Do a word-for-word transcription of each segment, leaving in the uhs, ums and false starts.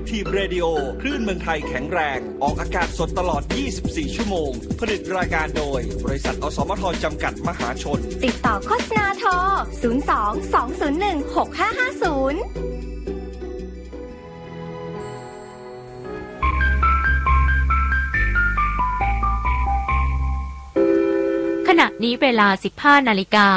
ทีเรดิโอคลื่นเมืองไทยแข็งแรงออกอากาศสดตลอดยี่สิบสี่ชั่วโมงผลิตรายการโดยบริษัทอสมทจำกัดมหาชนติดต่อโฆษณาโทรศูนย์ สอง สอง ศูนย์ หนึ่ง หก ห้า ห้า ศูนย์ขณะนี้เวลา สิบห้า นาฬิกา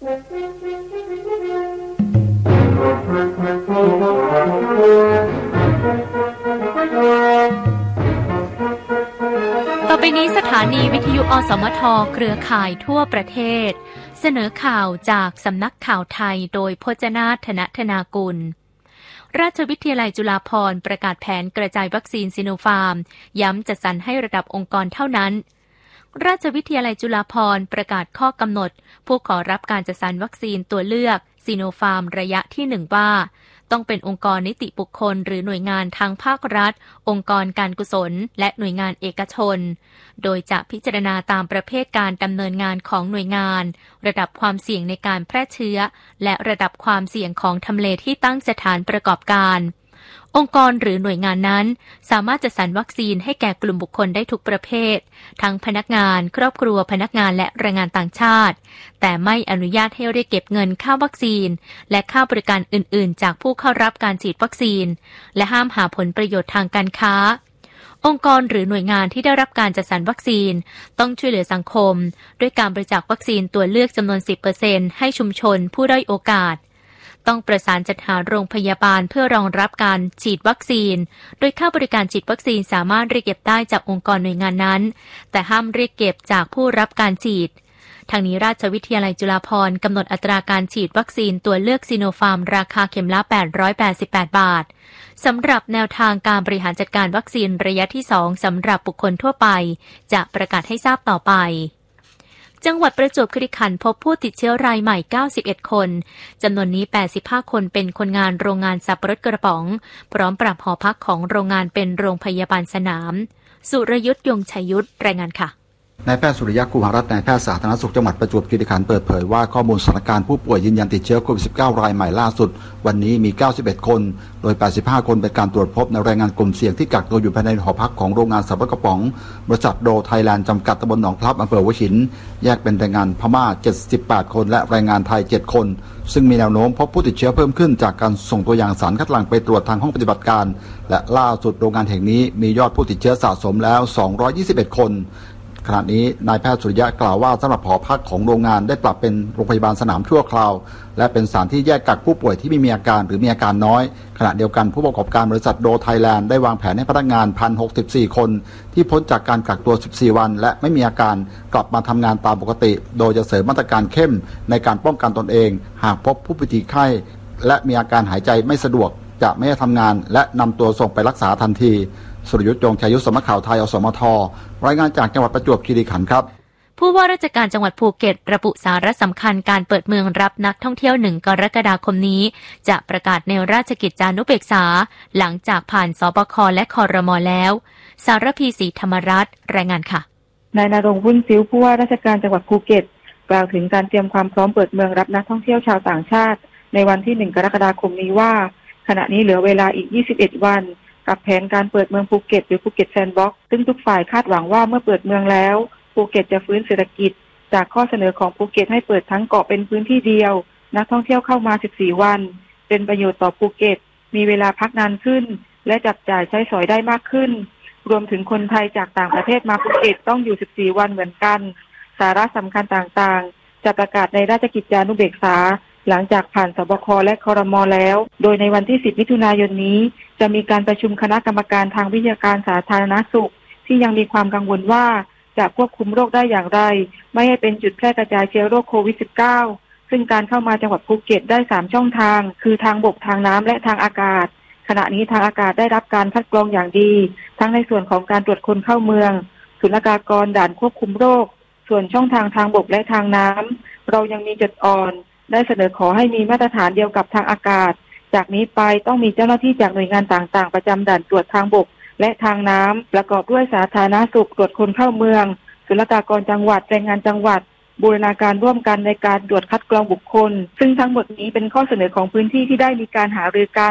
ต่อไปนี้สถานีวิทยุอสมทเครือข่ายทั่วประเทศเสนอข่าวจากสำนักข่าวไทยโดยพจนาถ ธนธนากุลราชวิทยาลัยจุฬาภรณ์ประกาศแผนกระจายวัคซีนซิโนฟาร์มย้ำจัดสรรให้ระดับองค์กรเท่านั้นราชวิทยาลัยจุฬาภรณ์ประกาศข้อกำหนดผู้ขอรับการจัดสรรวัคซีนตัวเลือกซิโนฟาร์มระยะที่หนึ่งว่าต้องเป็นองค์กรนิติบุคคลหรือหน่วยงานทางภาครัฐองค์กรการกุศลและหน่วยงานเอกชนโดยจะพิจารณาตามประเภทการดำเนินงานของหน่วยงานระดับความเสี่ยงในการแพร่เชื้อและระดับความเสี่ยงของทำเลที่ตั้งสถานประกอบการองค์กรหรือหน่วยงานนั้นสามารถจัดสรรวัคซีนให้แก่กลุ่มบุคคลได้ทุกประเภททั้งพนักงานครอบครัวพนักงานและแรงงานต่างชาติแต่ไม่อนุญาตให้เรียกเก็บเงินค่าวัคซีนและค่าบริการอื่นๆจากผู้เข้ารับการฉีดวัคซีนและห้ามหาผลประโยชน์ทางการค้าองค์กรหรือหน่วยงานที่ได้รับการจัดสรรวัคซีนต้องช่วยเหลือสังคมด้วยการบริจาควัคซีนตัวเลือกจำนวน สิบเปอร์เซ็นต์ ให้ชุมชนผู้ด้อยโอกาสต้องประสานจัดหาโรงพยาบาลเพื่อรองรับการฉีดวัคซีนโดยค่าบริการฉีดวัคซีนสามารถเรียกเก็บได้จากองค์กรหน่วยงานนั้นแต่ห้ามเรียกเก็บจากผู้รับการฉีดทางนี้ราชวิทยาลัยจุฬาภรณ์กำหนดอัตราการฉีดวัคซีนตัวเลือกซิโนฟาร์มราคาเข็มละแปดร้อยแปดสิบแปดบาทสำหรับแนวทางการบริหารจัดการวัคซีนระยะที่สองสำหรับบุคคลทั่วไปจะประกาศให้ทราบต่อไปจังหวัดประจวบคีรีขันธ์พบผู้ติดเชื้อรายใหม่เก้าสิบเอ็ดคนจำนวนนี้แปดสิบห้าคนเป็นคนงานโรงงานสับปะรดกระป๋องพร้อมปรับหอพักของโรงงานเป็นโรงพยาบาลสนามสุรยุทธยงชัยยุทธรายงานค่ะนายแพทย์สุริยะ คูหรัตน์นายแพทย์สาธารณสุขจังหวัดประจวบคีรีขันธ์เปิดเผยว่าข้อมูลสถานการณ์ผู้ป่วยยืนยันติดเชื้อโควิด สิบเก้า รายใหม่ล่าสุดวันนี้มีเก้าสิบเอ็ดคนโดยแปดสิบห้าคนเป็นการตรวจพบในแรงงานกลุ่มเสี่ยงที่กักตัวอยู่ภายในหอพักของโรงงานสับปะรดกระป๋องบริษัทโดไทยแลนด์จำกัดตำบลหนองพลับอำเภอหัวหินแยกเป็นแรงงานพม่าเจ็ดสิบแปดคนและแรงงานไทยเจ็ดคนซึ่งมีแนวโน้มพบผู้ติดเชื้อเพิ่มขึ้นจากการส่งตัวอย่างสารคัดหลั่งไปตรวจทางห้องปฏิบัติการและล่าสุดโรงงานแห่งนี้มียอดผู้ติดเชื้อสะสมแล้วสองร้อยยี่สิบเอ็ดคนขณะนี้นายแพทย์สุริยะกล่าวว่าสำหรับหอพักของโรงงานได้ปรับเป็นโรงพยาบาลสนามชั่วคราวและเป็นสถานที่แยกกักผู้ป่วยที่ไม่มีอาการหรือมีอาการน้อยขณะเดียวกันผู้ประกอบการบริษัทโดไทยแลนด์ได้วางแผนให้พนักงาน หนึ่งพันหกสิบสี่ คนที่พ้นจากการกักตัวสิบสี่วันและไม่มีอาการกลับมาทำงานตามปกติโดยจะเสริมมาตรการเข้มในการป้องกันตนเองหากพบผู้ป่วยไข้และมีอาการหายใจไม่สะดวกจะไม่ให้ทำงานและนำตัวส่งไปรักษาทันทีสุรยุทธยงชัยยุทธสำนักข่าวไทยอสมทรายงานจากจังหวัดประจวบคีรีขันธ์ครับผู้ว่าราชการจังหวัดภูเก็ตระบุสาระสำคัญการเปิดเมืองรับนักท่องเที่ยวหนึ่งกรกฎาคมนี้จะประกาศในราชกิจจานุเบกษาหลังจากผ่านสบคและครมแล้วสารพีศรีธรรมรัตน์รายงานค่ะนายณรงค์วุ่นซิ้วผู้ว่าราชการจังหวัดภูเก็ตกล่าวถึงการเตรียมความพร้อมเปิดเมืองรับนักท่องเที่ยวชาวต่างชาติในวันที่หนึ่งกรกฎาคมนี้ว่าขณะนี้เหลือเวลาอีกยี่สิบเอ็ดวันกับแผนการเปิดเมืองภูเก็ตหรือภูเก็ตแซนด์บ็อกซ์ซึ่งทุกฝ่ายคาดหวังว่าเมื่อเปิดเมืองแล้วภูเก็ตจะฟื้นเศรษฐกิจจากข้อเสนอของภูเก็ตให้เปิดทั้งเกาะเป็นพื้นที่เดียวนักท่องเที่ยวเข้ามาสิบสี่วันเป็นประโยชน์ต่อภูเก็ตมีเวลาพักนานขึ้นและจับจ่ายใช้สอยได้มากขึ้นรวมถึงคนไทยจากต่างประเทศมาภูเก็ตต้องอยู่สิบสี่วันเหมือนกันสาระสำคัญต่างๆจะประกาศในราชกิจจานุเบกษาหลังจากผ่านสบคและครมแล้วโดยในวันที่สิบมิถุนายนนี้จะมีการประชุมคณะกรรมการทางวิทยาการสาธารณสุขที่ยังมีความกังวลว่าจะควบคุมโรคได้อย่างไรไม่ให้เป็นจุดแพร่กระจายเชื้อโรคโควิด สิบเก้า ซึ่งการเข้ามาจังหวัดภูเก็ตได้สามช่องทางคือทางบกทางน้ำและทางอากาศขณะนี้ทางอากาศได้รับการคัดกรองอย่างดีทั้งในส่วนของการตรวจคนเข้าเมืองศุลกากรด่านควบคุมโรคส่วนช่องทางทางบกและทางน้ำเรายังมีจุดอ่อนได้เสนอขอให้มีมาตรฐานเดียวกับทางอากาศจากนี้ไปต้องมีเจ้าหน้าที่จากหน่วยงานต่างๆประจำด่านตรวจทางบกและทางน้ำประกอบด้วยสาธารณสุขตรวจคนเข้าเมืองศุลกากรจังหวัดแรงงานจังหวัดบูรณาการร่วมกันในการตรวจคัดกรองบุคคลซึ่งทั้งหมดนี้เป็นข้อเสนอของพื้นที่ที่ได้มีการหารือกัน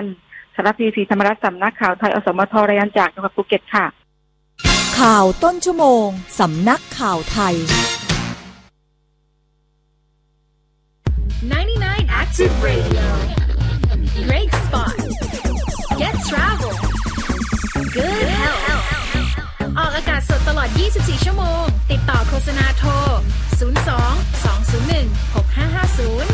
สารพีศรีธรรมรัตน์สำนักข่าวไทยอสมทรายงานจากจังหวัดภูเก็ตค่ะข่าวต้นชั่วโมงสำนักข่าวไทย ninety-nine Active Radio Great Spot Get Travel Good Health ออกอากาศสดตลอดยี่สิบสี่ชั่วโมงติดต่อโฆษณาโทรศูนย์ สอง สอง ศูนย์ หนึ่ง หก ห้า ห้า ศูนย์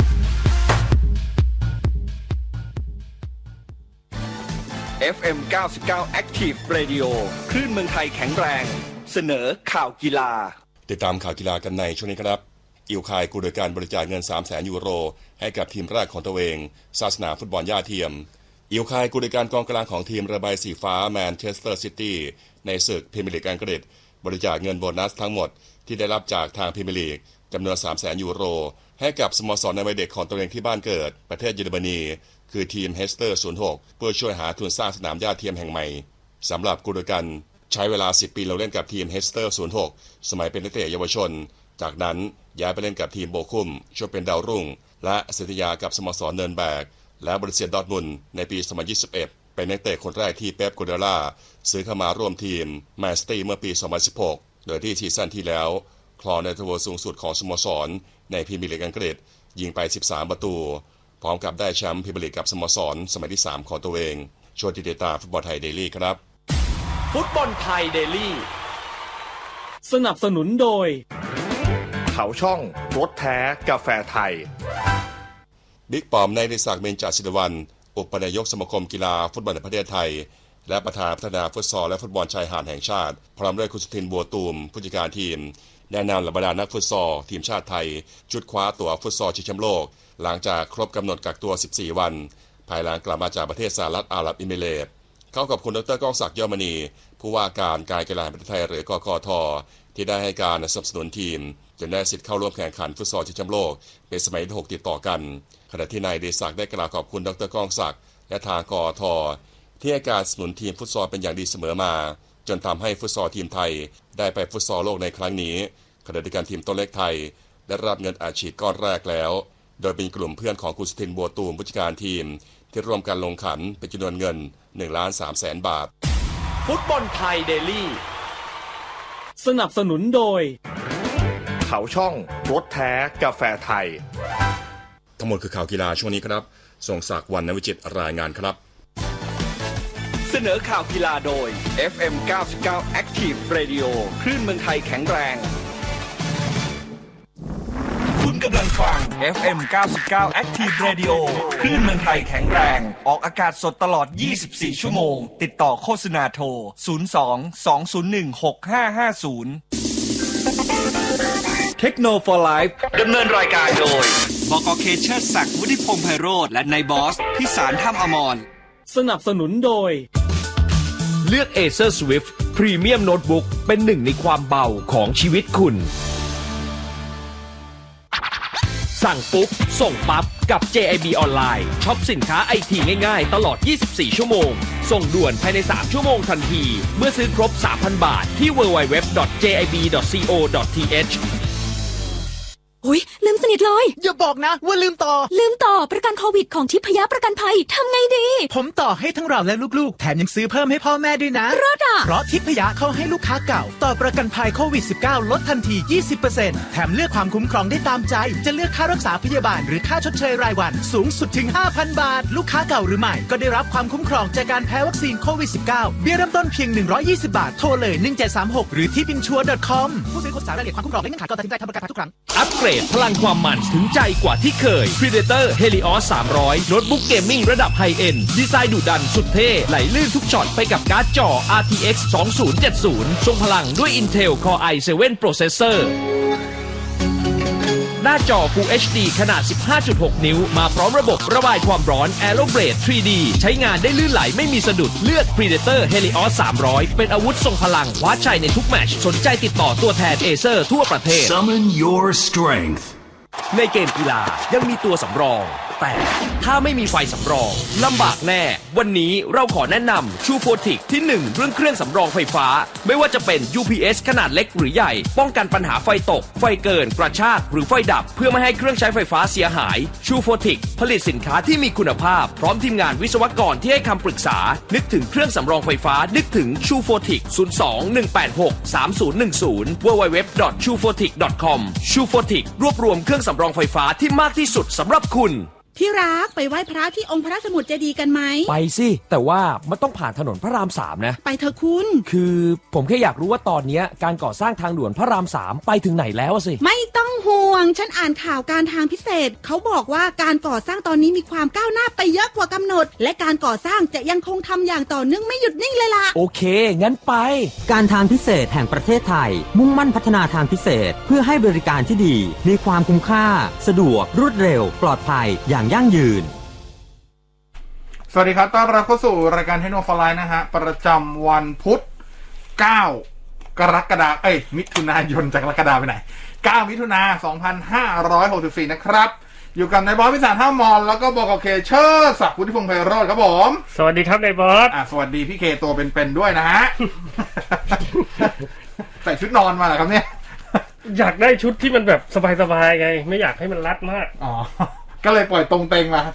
เอฟ เอ็ม เก้าสิบเก้า Active Radio คลื่นเมืองไทยแข็งแรงเสนอข่าวกีฬาติดตามข่าวกีฬากันในช่วงนี้ครับอิวคายกูโดยการบริจาคเงิน สามแสน ยูโรให้กับทีมแรกของตัวเองศาสนาฟุตบอลหญ้าเทียมอิวคายกูโดยการกองกลางของทีมระบายสีฟ้าแมนเชสเตอร์ซิตี้ในศึกพรีเมียร์ลีกอังกฤษบริจาคเงินโบนัสทั้งหมดที่ได้รับจากทางพรีเมียร์ลีกจำนวน สามแสน ยูโรให้กับสโมสรในวัยเด็กของตัวเองที่บ้านเกิดประเทศเยอรมนีคือทีมเฮสเตอร์ศูนย์หกเพื่อช่วยหาทุนสร้างสนามหญ้าเทียมแห่งใหม่สำหรับกูโดยการใช้เวลาสิบปีลงเล่นกับทีมเฮสเตอร์ศูนย์หกสมัยเป็นนักเตะเยาวชนจากนั้นย้ายไปเล่นกับทีมโบคุมช่วยเป็นดาวรุ่งและสัญญากับสโมสรเนิร์นแบร์กและบรูเซียดอร์ทมุนด์ในปีสองพันยี่สิบเอ็ดเป็นนักเตะคนแรกที่เป๊ปกัวเดล่าซื้อเข้ามาร่วมทีมแมนซิตี้เมื่อปีสองพันสิบหกโดยที่ซีซั่นที่แล้วครองในทัวร์สูงสุดของสโมสรในพรีเมียร์ลีกอังกฤษยิงไปสิบสามประตูพร้อมกับได้แชมป์พรีเมียร์ลีกกับสโมสรสมัยที่สามของตัวเองชวนติดตามฟุตบอลไทยเดลี่ครับฟุตบอลไทยเดลี่สนับสนุนโดยเขาช่องรถแท้กาแฟไทยบิ๊กปอมนายดิศักดิ์เบญจศิริวัลย์อุปนายกสมาคมกีฬาฟุตบอลแห่งประเทศไทยและประธานพัฒนาฟุตซอลและฟุตบอลชายหาดแห่งชาติพร้อมด้วยคุณสุทินบัวตูมผู้จัดการทีมแนะนำเหล่าบรรดานักฟุตซอลทีมชาติไทยชุดคว้าตั๋วฟุตซอลชิงแชมป์โลกหลังจากครบกำหนดกักตัวสิบสี่วันภายหลังกลับมาจากประเทศสหรัฐอาหรับเอมิเรตส์เข้ากับคุณดร.ก้องศักดิ์ยอดมณีผู้ว่าการการกีฬาแห่งประเทศไทยหรือกกท.ที่ได้ให้การสนับสนุนทีมจนได้สิทธิ์เข้าร่วมแข่งขันฟุตซอลชิงแชมป์โลกเป็นสมัยที่หกติดต่อกันขณะที่นายเดชศักดิ์ได้กล่าวขอบคุณดร.ก้องศักดิ์และทางกกท.ที่ให้การสนับสนุนทีมฟุตซอลเป็นอย่างดีเสมอมาจนทำให้ฟุตซอลทีมไทยได้ไปฟุตซอลโลกในครั้งนี้ขณะที่การทีมตัวเล็กไทยได้รับเงินอัดฉีดก้อนแรกแล้วโดยเป็นกลุ่มเพื่อนของคุณสุทินบัวตูมผู้จัดการทีมที่ร่วมกันลงขันเป็นจำนวนเงิน หนึ่งล้านสามแสน บาทฟุตบอลไทยเดลี่สนับสนุนโดยเขาช่องรถแท้กาแฟไทยทั้งหมดคือข่าวกีฬาช่วงนี้ครับทรงศักดิ์วรรณวิจิตรรายงานครับเสนอข่าวกีฬาโดย เอฟ เอ็ม เก้าสิบเก้า Active Radio คลื่นเมืองไทยแข็งแรงคุณกำลังฟัง เอฟ เอ็ม เก้าสิบเก้า Active Radio คลื่นเมืองไทยแข็งแรงออกอากาศสดตลอดยี่สิบสี่ชั่วโมงติดต่อโฆษณาโทรศูนย์ สอง สอง ศูนย์ หนึ่ง หก ห้า ห้า ศูนย์เทคโนโลยีไลฟ์ดำเนินรายการโดยบก.เคเชอร์ศักดิ์วุฒิพงษ์ไพโรจน์และนายบอสพิสารถ้ำอมรสนับสนุนโดยเลือก Acer Swift Premium Notebook เป็นหนึ่งในความเบาของชีวิตคุณสั่งปุ๊บส่งปั๊บกับ เจ ไอ บี ออนไลน์ช็อปสินค้าไอทีง่ายๆตลอดยี่สิบสี่ชั่วโมงส่งด่วนภายในสามชั่วโมงทันทีเมื่อซื้อครบ สามพัน บาทที่ ดับเบิลยู ดับเบิลยู ดับเบิลยู ดอท เจ ไอ บี ดอท ซี โอ ดอท ที เอชอุ๊ยลืมสนิทเลยอย่าบอกนะว่าลืมต่อลืมต่อประกันโควิดของทิพยประกันภัยทำไงดีผมต่อให้ทั้งเราและลูกๆแถมยังซื้อเพิ่มให้พ่อแม่ด้วยนะรอดอ่ะเพราะทิพยเขาให้ลูกค้าเก่าต่อประกันภัยโควิด สิบเก้า ลดทันที ยี่สิบเปอร์เซ็นต์ แถมเลือกความคุ้มครองได้ตามใจจะเลือกค่ารักษาพยาบาลหรือค่าชดเชยรายวันสูงสุดถึง ห้าพัน บาทลูกค้าเก่าหรือใหม่ก็ได้รับความคุ้มครองจากการแพ้วัคซีนโควิด สิบเก้า เบี้ยเริ่มต้นเพียงหนึ่งร้อยยี่สิบบาทโทรเลยหนึ่งเจ็ดสามหกหรือที่ บินชัวร์ ดอท คอม ผู้ซื้อค้นหารายละเอียดความคุ้มครองและเงื่อนไขก่อนตัดสินใจทำประกันภัยทุกครั้งอัปเกรดพลังความมันถึงใจกว่าที่เคย Predator Helios สามร้อยโน้ตบุ๊กเกมมิ่งระดับไฮเอนด์ดีไซน์ดุดันสุดเท่ไหลลื่นทุกช็อตไปกับการ์ดจอ อาร์ ที เอ็กซ์ สองพันเจ็ดสิบ ทรงพลังด้วย Intel Core ไอ เซเว่น Processor หน้าจอ Full เอช ดี ขนาด สิบห้าจุดหก นิ้วมาพร้อมระบบระบายความร้อน Aeroblade ทรี ดี ใช้งานได้ลื่นไหลไม่มีสะดุดเลือก Predator Helios สามร้อยเป็นอาวุธทรงพลังคว้าชัยในทุกแมตช์สนใจติดต่อตัวแทน Acer ทั่วประเทศ Summon your strength ในเกมกีฬายังมีตัวสำรองแต่แต่ถ้าไม่มีไฟสำรองลำบากแน่วันนี้เราขอแนะนำชูโฟติกที่หนึ่งเรื่องเครื่องสำรองไฟฟ้าไม่ว่าจะเป็น ยู พี เอส ขนาดเล็กหรือใหญ่ป้องกันปัญหาไฟตกไฟเกินกระชากหรือไฟดับเพื่อไม่ให้เครื่องใช้ไฟฟ้าเสียหายชูโฟติกผลิตสินค้าที่มีคุณภาพพร้อมทีมงานวิศวกรที่ให้คำปรึกษานึกถึงเครื่องสำรองไฟฟ้านึกถึงชูโฟติก ศูนย์ สอง หนึ่ง แปด หก สาม ศูนย์ หนึ่ง ศูนย์ ดับเบิลยู ดับเบิลยู ดับเบิลยู ดอท ชูโฟติก ดอท คอม ชูโฟติกรวบรวมเครื่องสำรองไฟฟ้าที่มากที่สุดสำหรับคุณที่รักไปไหว้พระที่องค์พระสมุทรเจดีย์กันไหมไปสิแต่ว่ามันต้องผ่านถนนพระรามสามนะไปเถอะคุณคือผมแค่อยากรู้ว่าตอนนี้การก่อสร้างทางด่วนพระรามสามไปถึงไหนแล้วสิไม่ต้องห่วงฉันอ่านข่าวการทางพิเศษเขาบอกว่าการก่อสร้างตอนนี้มีความก้าวหน้าไปเยอะกว่ากำหนดและการก่อสร้างจะยังคงทำอย่างต่อเนื่องไม่หยุดนิ่งเลยล่ะโอเคงั้นไปการทางพิเศษแห่งประเทศไทยมุ่งมั่นพัฒนาทางพิเศษเพื่อให้บริการที่ดีมีความคุ้มค่าสะดวกรวดเร็วปลอดภัยอย่างยั่งยืนสวัสดีครับต้อนรับเข้าสู่รายการเทคโนโลยีไลน์นะฮะประจำวันพุธเก้ากรกฎาคมเอ้ยมิถุนายนจากกรกฎาคมไปไหนเก้ามิถุนายนสองพันห้าร้อยหกสิบสี่นะครับอยู่กับนายบอสพิสารท่ามอนแล้วก็บอกกับเคเชอร์ศักดิ์วุฒิพงษ์ไพโรจน์ครับผมสวัสดีครับนายบอสอ่ะสวัสดีพี่เคตัวเป็นๆด้วยนะฮะ ใส่ชุดนอนมาเหรอครับเนี่ยอยากได้ชุดที่มันแบบสบายๆไงไม่อยากให้มันรัดมากอ๋อก็เลยปล่อยตรงเตงมา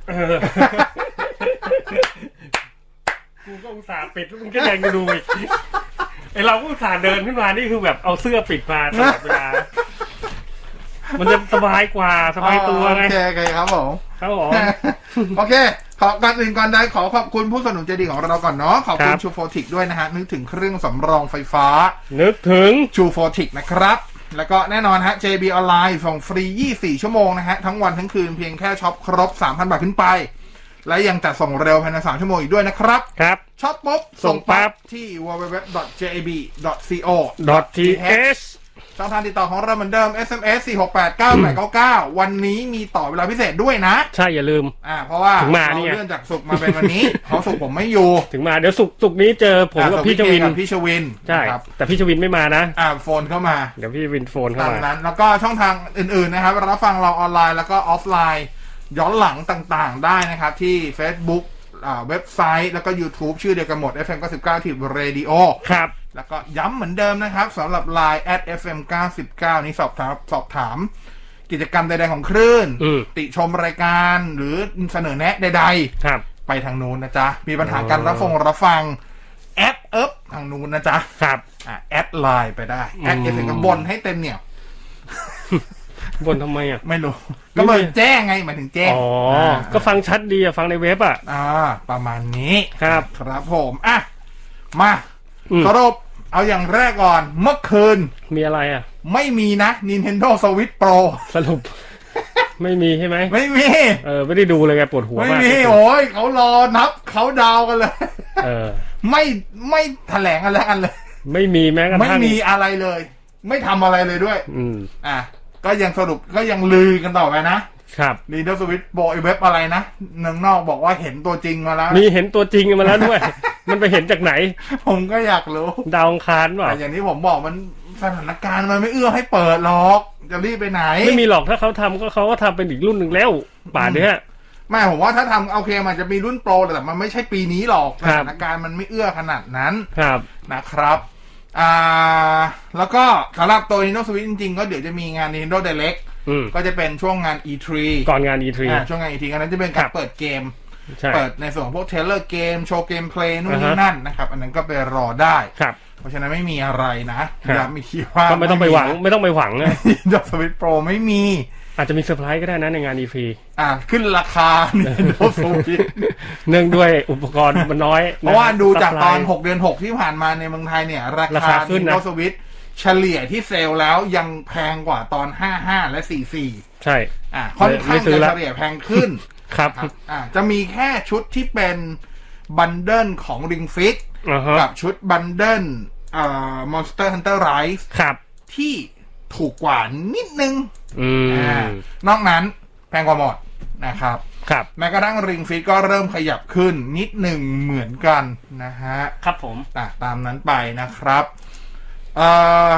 กูก็อุตส่าห์ปิดมึงก็ยังดูอีกไอเราก็อุตส่าห์เดินขึ้นมานี่คือแบบเอาเสื้อปิดมาตลอดเวลามันจะสบายกว่าสบายตัวไงโอเคโอเคครับผมครับผมโอเคขอก่อนอื่นก่อนใดขอขอบคุณผู้สนับสนุนใจดีของเราก่อนเนาะขอบคุณชูโฟติกด้วยนะฮะนึกถึงเครื่องสำรองไฟฟ้านึกถึงชูโฟติกนะครับแล้วก็แน่นอนฮะ เจ บี ออนไลน์ส่งฟรียี่สิบสี่ชั่วโมงนะฮะทั้งวันทั้งคืนเพียงแค่ช็อปครบ สามพัน บาทขึ้นไปและยังจัดส่งเร็วภายในสามชั่วโมงอีกด้วยนะครับครับช็อปปุ๊บส่งปั๊บที่ ดับเบิลยู ดับเบิลยู ดับเบิลยู ดอท เจ บี ดอท ซี โอดอท ที เอชช่องทางติดต่อของเราเหมือนเดิม เอส เอ็ม เอส สี่ หก แปด เก้า แปด เก้า เก้า วันนี้มีต่อเวลาพิเศษด้วยนะใช่อย่าลืมอ่าเพราะว่าเราเลื่อนจากศุกร์มาเป็นวันนี้เพราะศุกร์ผมไม่อยู่ถึงมาเดี๋ยวศุกร์ศุกร์นี้เจอผมกับพี่ชวินพี่ชวินใช่แต่พี่ชวินไม่มานะอ่าโฟนเข้ามาเดี๋ยวพี่วินโฟนเข้ามาตามนั้นแล้วก็ช่องทางอื่นๆนะครับรับฟังเราออนไลน์แล้วก็ออฟไลน์ย้อนหลังต่างๆได้นะครับที่ Facebook อ่าเว็บไซต์แล้วก็ YouTube ชื่อเดียวกันหมด เอฟ เอ็ม เก้าสิบเก้า ที Radio ครับแล้วก็ย้ำเหมือนเดิมนะครับสำหรับ ไลน์ แอท เอฟ เอ็ม เก้าสิบเก้า นี้สอบถามสอบถามกิจกรรมใดๆของคลื่นติชมรายการหรือเสนอแนะใดๆครับไปทางนู้นนะจ๊ะมีปัญหาการรับฟังรับฟังแอดเอิบทางนู้นนะจ๊ะครับอ่าแอดไลน์ไปได้แอดเอฟเอ็มกับบนให้เต็มเนี่ยบนทำไมอ่ะไม่รู้ก็เหมือนแจ้งไงหมายถึงแจ้งอ๋อก็ฟังชัดดีอ่ะฟังในเว็บอ่ะอ่าประมาณนี้ครับครับผมอ่ะมาสรุปเอาอย่างแรกก่อนเมื่อคืนมีอะไรอ่ะไม่มีนะ Nintendo Switch Pro สรุปไม่มีใช่ไหมไม่มีเออไม่ได้ดูเลยแกปวดหัวมากไม่มีโอ้ยเขารอนับเขาดาวกันเลยเออไม่ไม่แถลงอะไรกันเลยไม่มีแม้กระทั่งไม่มีอะไรเลยไม่ทำอะไรเลยด้วยอืมอ่ะก็ยังสรุปก็ยังลือกันต่อไปนะครับ Nintendo Switch Pro เว็บอะไรนะเนืองนอกบอกว่าเห็นตัวจริงมาแล้วมีเห็นตัวจริงมาแล้วด้วย มันไปเห็นจากไหนผมก็อยากรู้ดาวอังคารป่ะแต่อย่างที่ผมบอกมันสถานการณ์มันไม่เอื้อให้เปิดหรอกจะรีบไปไหนไม่มีหรอกถ้าเขาทำก็เขาก็ทำเป็นอีกรุ่นหนึ่งแล้วป่านนี้ไม่ผมว่าถ้าทำโอเคมันจะมีรุ่นโปรแต่มันไม่ใช่ปีนี้หรอกสถานการณ์มันไม่เอื้อขนาดนั้นนะครับอ่าแล้วก็สำหรับตัว Nintendo Switch จริงๆก็เดี๋ยวจะมีงาน Nintendo Direct ก็จะเป็นช่วงงาน อี ทรีก่อนงาน อี ทรีอ่าช่วงงาน อี ทรี กันนั้นจะเป็นการเปิดเกมเปิดในส่วนของพวกเทเลอร์เกมโชว์เกมเพลย์นู่นนี่นั่นนะครับอันนั้นก็ไปรอได้เพราะฉะนั้นไม่มีอะไรนะย้ำอีกทีว่าไม่ต้องไปหวังไม่ต้องไปหวังนะ Nintendo Switch Pro ไม่มีอาจจะมีเซอร์ไพรส์ก็ได้นะในงาน อี ทรีอ่าขึ้นราคา Nintendo Switch เนื่องด้วยอุปกรณ์มันน้อยเพราะว่าดูจากตอนหกเดือนหกที่ผ่านมาในเมืองไทยเนี่ยราคา Nintendo Switch เฉลี่ยที่เซลล์แล้วยังแพงกว่าตอนห้าสิบห้าและสี่สิบสี่ใช่อ่าค่อนข้างจะเฉลี่ยแพงขึ้นครับอ่าจะมีแค่ชุดที่เป็นบันเดิลของ Ring Fit กับชุดบันเดิลอ่า Monster Hunter Rise ครับที่ถูกกว่านิดนึงอืมอ่านอกนั้นแพงกว่าหมดนะครับครับแม้กระทั่ง Ring Fit ก็เริ่มขยับขึ้นนิดหนึ่งเหมือนกันนะฮะครับผมอ่ะตามนั้นไปนะครับเอ่อ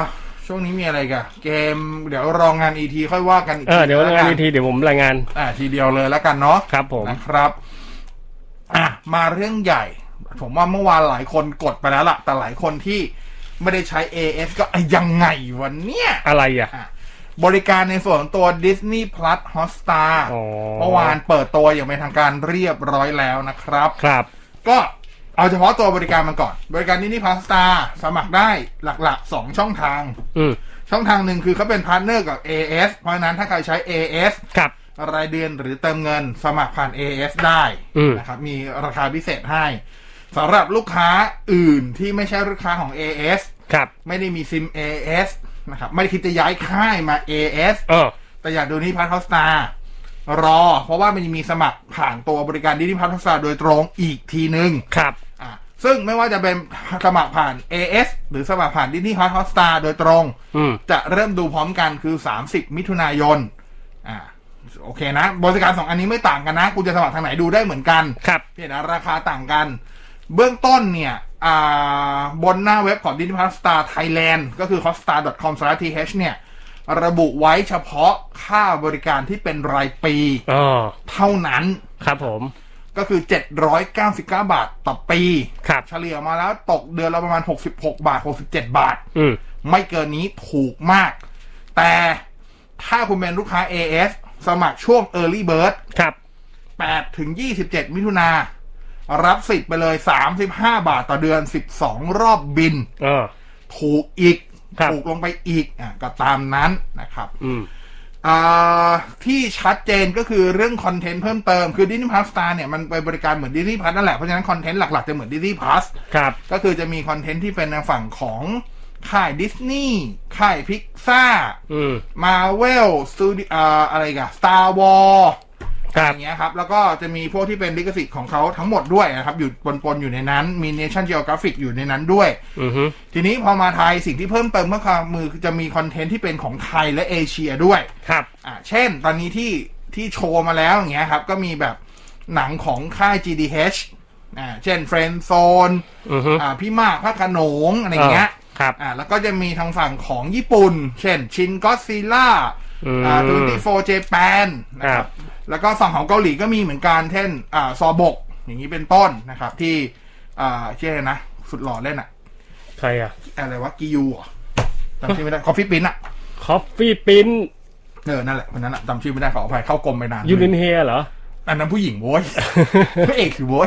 ช่วงนี้มีอะไรกันเกมเดี๋ยวรองงาน อี ที ค่อยว่ากันอีกเออเดี๋ยวรองงาน อี ที เดี๋ยวผมรายงานอ่าทีเดียวเลยแล้วกันเนาะครับผมนะครับอ่ะมาเรื่องใหญ่ผมว่าเมื่อวานหลายคนกดไปแล้วล่ะแต่หลายคนที่ไม่ได้ใช้ เอ เอส ก็ยังไงวันเนี้ยอะไรอ่ะบริการในส่วนของตัว Disney Plus Hotstar เมื่อวานเปิดตัวอย่างเป็นทางการเรียบร้อยแล้วนะครับครับก็เอาเฉพาะตัวบริการมันก่อนบริการ Disney Plus Hotstar สมัครได้หลักๆสองช่องทางช่องทางหนึ่งคือเขาเป็นพาร์ทเนอร์กับ เอ เอส เพราะฉะนั้นถ้าใครใช้ เอ เอสครับรายเดือนหรือเติมเงินสมัครผ่าน เอ เอส ได้นะครับมีราคาพิเศษให้สำหรับลูกค้าอื่นที่ไม่ใช่ลูกค้าของ เอ เอสครับไม่ได้มีซิม เอ เอส นะครับไม่ได้คิดจะย้ายค่ายมา เอ เอสเออแต่อยากดูนี่พัทฮอสตารอเพราะว่ามันมีสมัครผ่านตัวบริการดิจิทัลพัทฮอสตาโดยตรงอีกทีนึงครับอ่าซึ่งไม่ว่าจะเป็นสมัครผ่าน เอ เอส หรือสมัครผ่านดิจิทัลพัทฮอสตาโดยตรงจะเริ่มดูพร้อมกันคือสามสิบมิถุนายนอ่าโอเคนะบริการสองอันนี้ไม่ต่างกันนะคุณจะสมัครทางไหนดูได้เหมือนกันครับเพียงแต่ราคาต่างกันเบื้องต้นเนี่ยบนหน้าเว็บของ Disney Hotstar Thailand ก็คือ ฮอตสตาร์ ดอท คอม สแลช ที เอช เนี่ยระบุไว้เฉพาะค่าบริการที่เป็นรายปีเท่านั้นครับผมก็คือเจ็ดร้อยเก้าสิบเก้าบาทต่อปีครับเฉลี่ยมาแล้วตกเดือนละประมาณหกสิบหกบาทหกสิบเจ็ดบาทอืมไม่เกินนี้ถูกมากแต่ถ้าคุณเป็นลูกค้า เอ เอส สมัครช่วง Early Bird ครับแปดถึงยี่สิบเจ็ดมิถุนายนรับสิทธิ์ไปเลยสามสิบห้าบาทต่อเดือนสิบสองรอบบินเออถูกอีกถูกลงไปอีกอ่ะก็ตามนั้นนะครับอืมอ่าที่ชัดเจนก็คือเรื่องคอนเทนต์เพิ่มเติมคือ Disney Plus Star เนี่ยมันไปบริการเหมือน Disney Plus นั่นแหละเพราะฉะนั้นคอนเทนต์หลักๆจะเหมือน Disney Plus ครับก็คือจะมีคอนเทนต์ที่เป็นในฝั่งของค่ายดิสนีย์ค่ายพิกซ่ามาเวลสตูดิโออะไรกัน Star Warsอย่างเงี้ยครับแล้วก็จะมีพวกที่เป็นลิขสิทธิ์ของเขาทั้งหมดด้วยนะครับอยู่ปนๆอยู่ในนั้นมี Nation Geographic อยู่ในนั้นด้วยทีนี้พอมาไทยสิ่งที่เพิ่มเติมเมื่อคราวมือจะมีคอนเทนต์ที่เป็นของไทยและเอเชียด้วยครับอ่าเช่นตอนนี้ที่ที่โชว์มาแล้วอย่างเงี้ยครับก็มีแบบหนังของค่าย จี ดี เอช อ่าเช่น Friend Zone อ่าพี่มากพระโขนงอะไรเงี้ยครับอ่าแล้วก็จะมีทางฝั่งของญี่ปุ่นเช่น Shin Godzilla อ่า ยี่สิบสี่ Japan นะครับแล้วก็ฝั่งของเกาหลีก็มีเหมือนกันเช่นอ่าซอบกอย่างนี้เป็นต้นนะครับที่อ่าชื่ออะไรนะสุดหล่อเล่นอ่ะใครอ่ะอะไรวะกิยูอ่ะจำชื่อไม่ได้คอฟฟี่ปิ้นอ่ะคอฟฟี่ปิ้นเออนั่นแหละคนนั้นอ่ะจำชื่อไม่ได้ขออภัยเข้ากรมไปนานยูนินเฮียเหรออันนั้นผู้หญิงโว้ยพระเอกคือโว้ย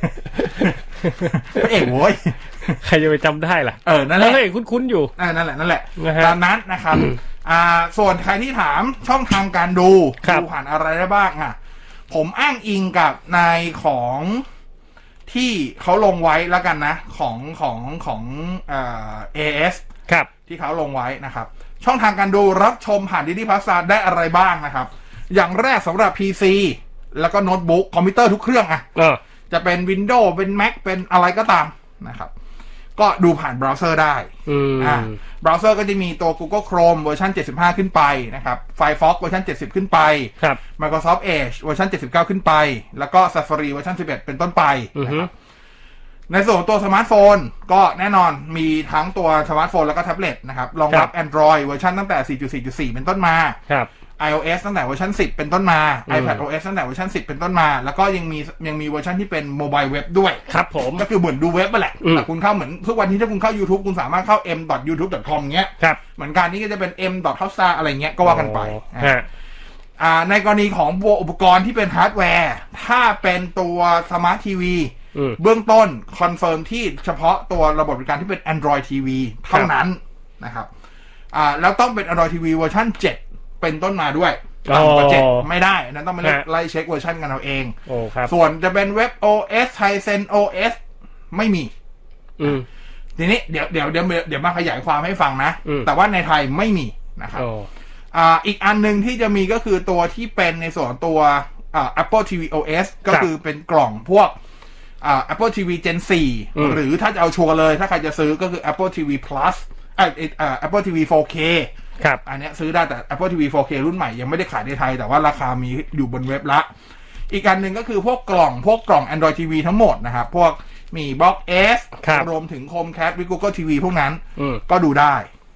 พระเอกโว้ยใครจะไปจำได้ล่ะเออนั่นแหละพระเอกคุ้นๆอยู่อ่านั่นแหละนั่นแหละตามนั้นนะครับอ่าส่วนใครที่ถามช่องทางการดูดูผ่านอะไรได้บ้างอ่ะผมอ้างอิงกับในของที่เขาลงไว้แล้วกันนะของของของเอ่อ เอ เอสครับที่เขาลงไว้นะครับช่องทางการดูรับชมผ่าน Disney Plus ได้อะไรบ้างนะครับอย่างแรกสำหรับ พี ซี แล้วก็โน้ตบุ๊กคอมพิวเตอร์ทุกเครื่องอ่ะจะเป็น Windows เป็น Mac เป็นอะไรก็ตามนะครับก็ดูผ่านเบราว์เซอร์ได้อ่าเบราว์เซอร์ก็จะมีตัว Google Chrome เวอร์ชันเจ็ดสิบห้าขึ้นไปนะครับ Firefox เวอร์ชันเจ็ดสิบขึ้นไปครับ Microsoft Edge เวอร์ชันเจ็ดสิบเก้าขึ้นไปแล้วก็ Safari เวอร์ชันสิบเอ็ดเป็นต้นไปนะครับในส่วนของตัวสมาร์ทโฟนก็แน่นอนมีทั้งตัวสมาร์ทโฟนแล้วก็แท็บเล็ตนะครับรองรับ Android เวอร์ชันตั้งแต่ สี่จุดสี่จุดสี่ เป็นต้นมาครับ iOS ตั้งแต่เวอร์ชันสิบเป็นต้นมา iPadOS ตั้งแต่เวอร์ชันสิบเป็นต้นมาแล้วก็ยังมียังมีเวอร์ชันที่เป็นโมบายเว็บด้วยครับผมก็คือเหมือนดูเว็บไปแหละแต่คุณเข้าเหมือนทุกวันที่ถ้าคุณเข้า YouTube คุณสามารถเข้า เอ็ม ดอท ยูทูบ ดอท คอม เงี้ยเหมือนกันนี่ก็จะเป็น เอ็ม ดอท ฮอตสตาร์ อะไรเงี้ยก็ว่ากันไปอ่าในกรณีของอุปกรณ์ที่เป็นฮาร์ดแวร์ถ้าเป็นตัวสมาร์ททีวีเบื้องต้นคอนเฟิร์มที่เฉพาะตัวระบบบริการที่เป็น Android ที วี เท่านั้นนะครับอ่าแล้วต้องเป็น Android ที วี เวอร์ชันเจ็ดเป็นต้นมาด้วยต่ำกว่าเจ็ดไม่ได้นั้นต้องมาไล่เช็คเวอร์ชันกันเอาเองส่วนจะเป็นเว็บ โอ เอส Tizen โอ เอส ไม่มีทีนี้เดี๋ยวเดี๋ยวเดี๋ยวเดี๋ยวมาขยายความให้ฟังนะแต่ว่าในไทยไม่มีนะครับอ่าอีกอันนึงที่จะมีก็คือตัวที่เป็นในส่วนตัวอ่า Apple ที วี โอ เอส ก็คือเป็นกล่องพวกอ่า Apple ที วี Gen สี่หรือถ้าจะเอาชัวร์เลยถ้าใครจะซื้อก็คือ Apple ที วี Plus อ่าอ่า Apple ที วี โฟร์เคครับอันนี้ซื้อได้แต่ Apple ที วี โฟร์เค รุ่นใหม่ยังไม่ได้ขายในไทยแต่ว่าราคามีอยู่บนเว็บละอีกอันหนึ่งก็คือพวกกล่องพวกกล่อง Android ที วี ทั้งหมดนะครับพวกมี Box S รวมถึง Chromecast หรือ Google ที วี พวกนั้นก็ดูได้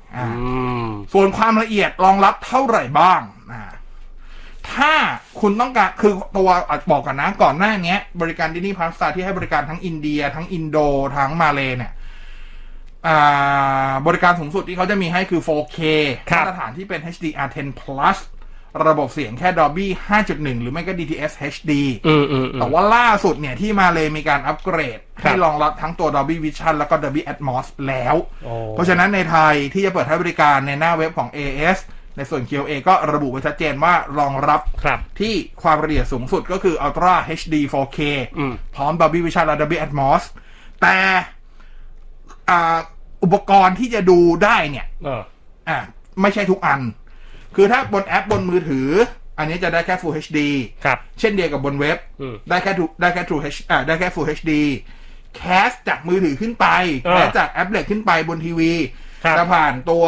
อ่าส่วนความละเอียดรองรับเท่าไหร่บ้างอ่าถ้าคุณต้องการคือตัวบอกกันนะก่อนหน้านี้บริการ Disney Plus ที่ให้บริการทั้งอินเดียทั้งอินโดทั้งมาเลเนี่ยบริการสูงสุดที่เขาจะมีให้คือ โฟร์เค มาตรฐานที่เป็น เอช ดี อาร์ เท็น Plus ระบบเสียงแค่ Dolby ห้าจุดหนึ่ง หรือไม่ก็ ดี ที เอส เอช ดี แต่ว่าล่าสุดเนี่ยที่มาเลยมีการอัปเกรดให้รองรับทั้งตัว Dolby Vision แล้วก็ Dolby Atmos แล้วเพราะฉะนั้นในไทยที่จะเปิดให้บริการในหน้าเว็บของ เอ เอส ในส่วน คิว เอ ก็ระบุไว้ชัดเจนว่ารองรับที่ความละเอียดสูงสุดก็คือ Ultra เอช ดี โฟร์เค พร้อม Dolby Vision และ Dolby Atmos แต่อุปกรณ์ที่จะดูได้เนี่ยอ่าไม่ใช่ทุกอันคือถ้าบนแอปบนมือถืออันนี้จะได้แค่ Full เอช ดี ครับเช่นเดียวกับบนเว็บได้แค่ได้แค่ True H อ่าได้แค่ Full เอช ดี แคสจากมือถือขึ้นไปแคสจากแอปเล็กขึ้นไปบนทีวีจะผ่านตัว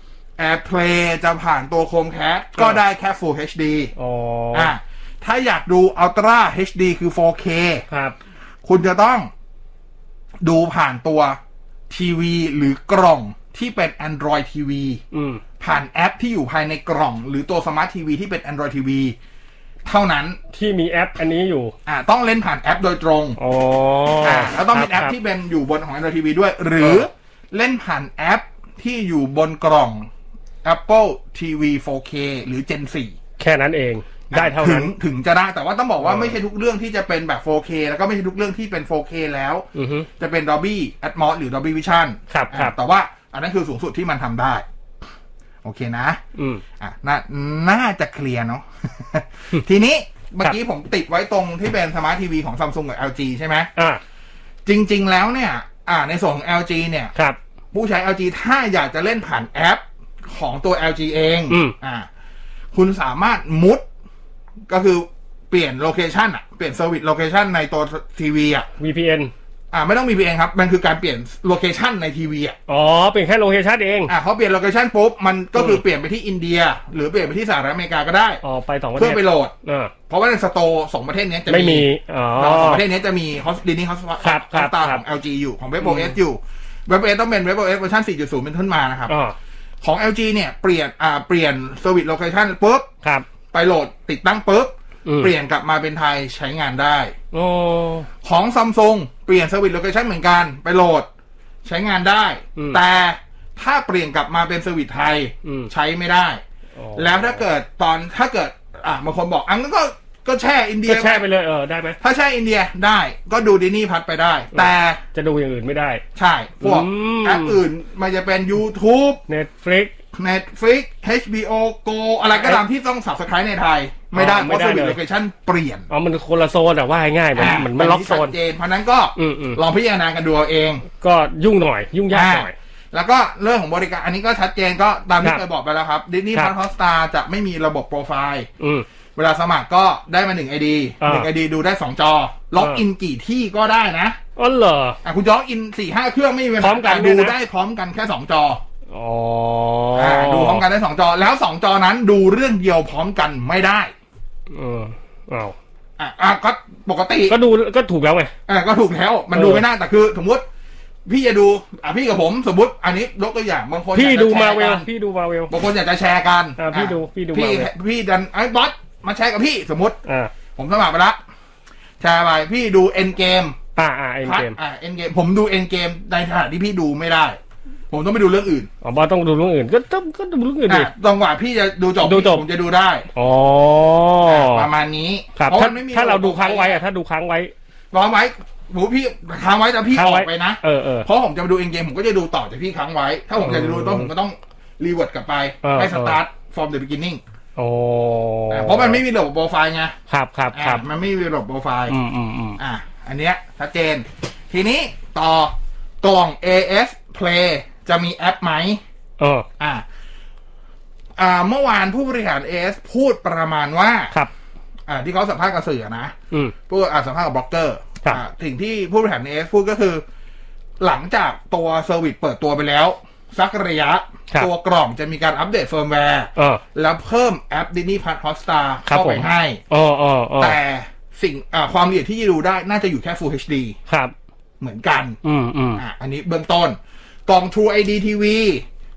AirPlay จะผ่านตัว Chromecast ก็ได้แค่ Full เอช ดี อ๋ออ่าถ้าอยากดู Ultra เอช ดี คือ โฟร์เค ครับคุณจะต้องดูผ่านตัวทีวีหรือกล่องที่เป็น Android ที วี ผ่านแอปที่อยู่ภายในกล่องหรือตัวสมาร์ททีวีที่เป็น Android ที วี เท่านั้นที่มีแอปอันนี้อยู่อ่าต้องเล่นผ่านแอปโดยตรงอ๋ออ่าแล้วต้องเป็นแอปที่เป็นอยู่บนของ Android ที วี ด้วยหรือเล่นผ่านแอปที่อยู่บนกล่อง Apple ที วี โฟร์เค หรือ Gen โฟร์แค่นั้นเองได้เท่านั้นถึงจะได้แต่ว่าต้องบอกว่าไม่ใช่ทุกเรื่องที่จะเป็นแบบ โฟร์เค แล้วก็ไม่ใช่ทุกเรื่องที่เป็น โฟร์เค แล้วจะเป็น Dolby Atmos หรือ Dolby Vision ครับครับแต่ว่าอันนั้นคือสูงสุดที่มันทำได้โอเคนะอืมอ่ะน่าน่าจะเคลียร์เนาะ ทีนี้เมื่อกี้ผมติดไว้ตรงที่เป็นสมาร์ททีวีของ Samsung กับ แอล จี ใช่ไหมอ่าจริงๆแล้วเนี่ยอ่าในส่วนของ แอล จี เนี่ยครับผู้ใช้ แอล จี ถ้าอยากจะเล่นผ่านแอปของตัว แอล จี เองอ่าคุณสามารถมุดก็คือเปลี่ยนโลเคชันอ่ะเปลี่ยนเซอร์วิสโลเคชันในตัวทีวีอ่ะวี พี เอ็นอ่าไม่ต้อง วี พี เอ็น ครับมันคือการเปลี่ยนโลเคชันในทีวีอ่ะอ๋อเปลี่ยนแค่โลเคชันเองอ่าเขาเปลี่ยนโลเคชันปุ๊บมันก็คือเปลี่ยนไปที่อินเดียหรือเปลี่ยนไปที่สหรัฐอเมริกาก็ได้อ๋อไปสองประเทศเพื่อไปโหลดเพราะว่าในสโตร์สองประเทศนี้จะไม่มีอ๋อสองประเทศนี้จะมีฮอสดินี่ฮอสฮอสตาของ แอล จี อยู่ของ WebOS อยู่ WebOS ต้องเป็น WebOS เวอร์ชัน สี่จุดศูนย์ เป็นต้นมานะครับของ แอล จี เนี่ยเปลี่ยนอ่าเปลี่ยนเซอร์วิสโลเคชันปุ๊บครับไปโหลดติดตั้งปุ๊บเปลี่ยนกลับมาเป็นไทยใช้งานได้ของ Samsung เปลี่ยนเซอร์วิสโลเคชันเหมือนกันไปโหลดใช้งานได้แต่ถ้าเปลี่ยนกลับมาเป็นเซอร์วิสไทยใช้ไม่ได้แล้วถ้าเกิดตอนถ้าเกิดอ่ะบางคนบอกอันนั้นก็ก็แช่อินเดียก็แช่ไปเลยเออได้ไหมถ้าแช่อินเดียได้ก็ดูดินี่พัดไปได้แต่จะดูอย่างอื่นไม่ได้ใช่พวกแอปอื่นมันจะเป็น YouTube Netflix Netflix เอช บี โอ Go อะไรก็ตามที่ต้อง Subscribe ในไทยไม่ได้เพราะเซอร์วิสโลเคชั่นเปลี่ยนอ๋อมันคนละโซนแต่ว่าง่ายๆมันเหมือนมันล็อกโซนเจนเพราะนั้นก็ลองพิจารณากันดูเอาเองก็ยุ่งหน่อยยุ่งยากหน่อยแล้วก็เรื่องของบริการอันนี้ก็ชัดเจนก็ตามที่เคยบอกไปแล้วครับ Disney Plus Hotstar จะไม่มีระบบโปรไฟล์เวลาสมัครก็ได้มาหนึ่ง ไอ ดี หนึ่ง ไอ ดี ดูได้สองจอล็อกอินกี่ที่ก็ได้นะอ๋อเหรออ่ะคุณล็อกอิน สี่ห้า เครื่องไม่มีปัญหาการดูได้พร้อมกันแค่สองจออ๋อดูพร้อมกันได้สองจอแล้วสองจอนั้นดูเรื่องเดียวพร้อมกันไม่ได้เอออ้าวอ่ะอ่ะก็ปกติก็ดูก็ถูกแล้วไงอ่ะก็ถูกแล้วมันดูไม่น่าแต่คือสมมติพี่จะดูอ่ะพี่กับผมสมมติอันนี้ยกตัวอย่างบางคนพี่ดูมาเวลพี่ดูมาเวลบางคนอยากจะแชร์กันอ่ะพี่ดูพี่ดูพี่พี่ดันไอ้บอสมาแชร์กับพี่สมมติอ่าผมสมัครไปละแชร์ไปพี่ดูเอ็นเกมอ่าอ่าเอ็นเกมอ่าเอ็นเกมผมดูเอ็นเกมในขณะที่พี่ดูไม่ได้ผมต้องไปดูเรื่องอื่นอ๋อบอสต้องดูเรื่องอื่นก็ต้องก็ดูเรื่องอื่นดิตรงว่าพี่จะดูจบผมจะดูได้อ๋อประมาณนี้ครับถ้าถ้าเราดูค้างไว้อะถ้าดูค้างไว้รอไว้หมูพี่ค้างไว้แต่พี่ออกไปนะเออเออเพราะผมจะไปดูเอ็นเกมผมก็จะดูต่อจากพี่ค้างไว้ถ้าผมอยากจะดูต้องผมก็ต้องรีเวิร์ดกลับไปให้สตาร์ท from the beginning โอ้เพราะมันไม่มีระบบโปรไฟล์ไงครับครับครับมันไม่มีระบบโปรไฟล์อืมอืมอืมอ่ะอันเนี้ยชัดเจนทีนี้ต่อกล่อง เอ เอส Play จะมีแอปไหมเอออ่าอ่าเมื่อวานผู้บริหาร เอ เอส พูดประมาณว่าครับอ่าที่เขาสัมภาษณ์กับสื่อนะอืมพูดอ่าสัมภาษณ์กับบล็อกเกอร์อ่าสิ่งที่ผู้บริหาร เอ เอส พูดก็คือหลังจากตัวเซอร์วิสเปิดตัวไปแล้วสักระยะตัวกล่องจะมีการอัปเดตเฟิร์มแวร์แล้วเพิ่มแอป Disney Plus Hotstar เข้าไปให้แต่สิ่งอ่าความละเอียดที่จะดูได้น่าจะอยู่แค่ Full เอช ดีครับเหมือนกันอืมอืมอ่าอันนี้เบื้องต้นกล่อง True ไอ ดี ที วี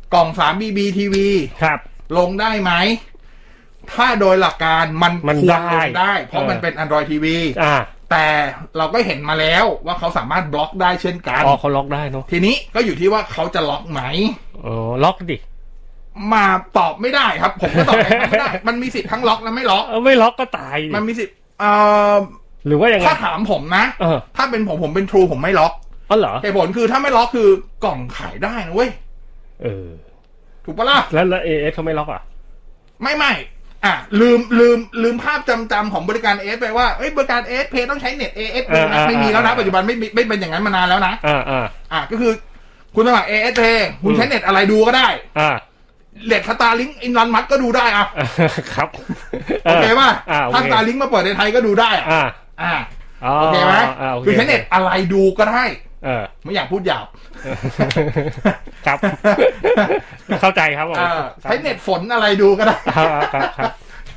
กล่อง ทรี บี บี ที วีครับลงได้ไหมถ้าโดยหลักการมันควรลงได้เพราะมันเป็น Android ที วีอ่าแต่เราก็เห็นมาแล้วว่าเขาสามารถบล็อกได้เช่นกันอ๋อเขาล็อกได้เนาะทีนี้ก็อยู่ที่ว่าเขาจะล็อกไหมอ๋อล็อกดิมาตอบไม่ได้ครับผมก็ตอบไม่ได้มันมีสิทธิ์ทั้งล็อกและไม่ล็อกไม่ล็อกก็ตายมันมีสิทธิ์เอ่อหรือว่ายังไงถ้าถามผมนะถ้าเป็นผมผมเป็น True ผมไม่ล็อกอ๋อเหรอเหตุผลคือถ้าไม่ล็อกคือกล่องขายได้นะเว้ยเออถูกปะล่ะแล้วแล้ว เอ เอส เขาไม่ล็อกอ่ะไม่ไม่อ่ะลืมลืมลืมภาพจำจำของบริการ เอ เอส ไปว่าเอ้ยบริการ เอ เอส Pay ต้องใช้เน็ต เอ เอส Pay นะไม่มีแล้วนะปัจจุบันไม่ไม่เป็นอย่างนั้นมานานแล้วนะอ่าอ่าอ่ะก็คือคุณสมัคร เอ เอส Pay คุณใช้เน็ตอะไรดูก็ได้อ่าเน็ตสตาร์ลิงก์อินลันมัดก็ดูได้อ่ะครับโอเคป่ะถ้าสตาร์ลิงก์มาเปิดในไทยก็ดูได้อ่ะอ่าโอเคไหมคือใช้เน็ตอะไรดูก็ได้เออไม่อยากพูดหยาบครับเข้าใจครับผมใช้เน็ตฝนอะไรดูก็ได้ครับ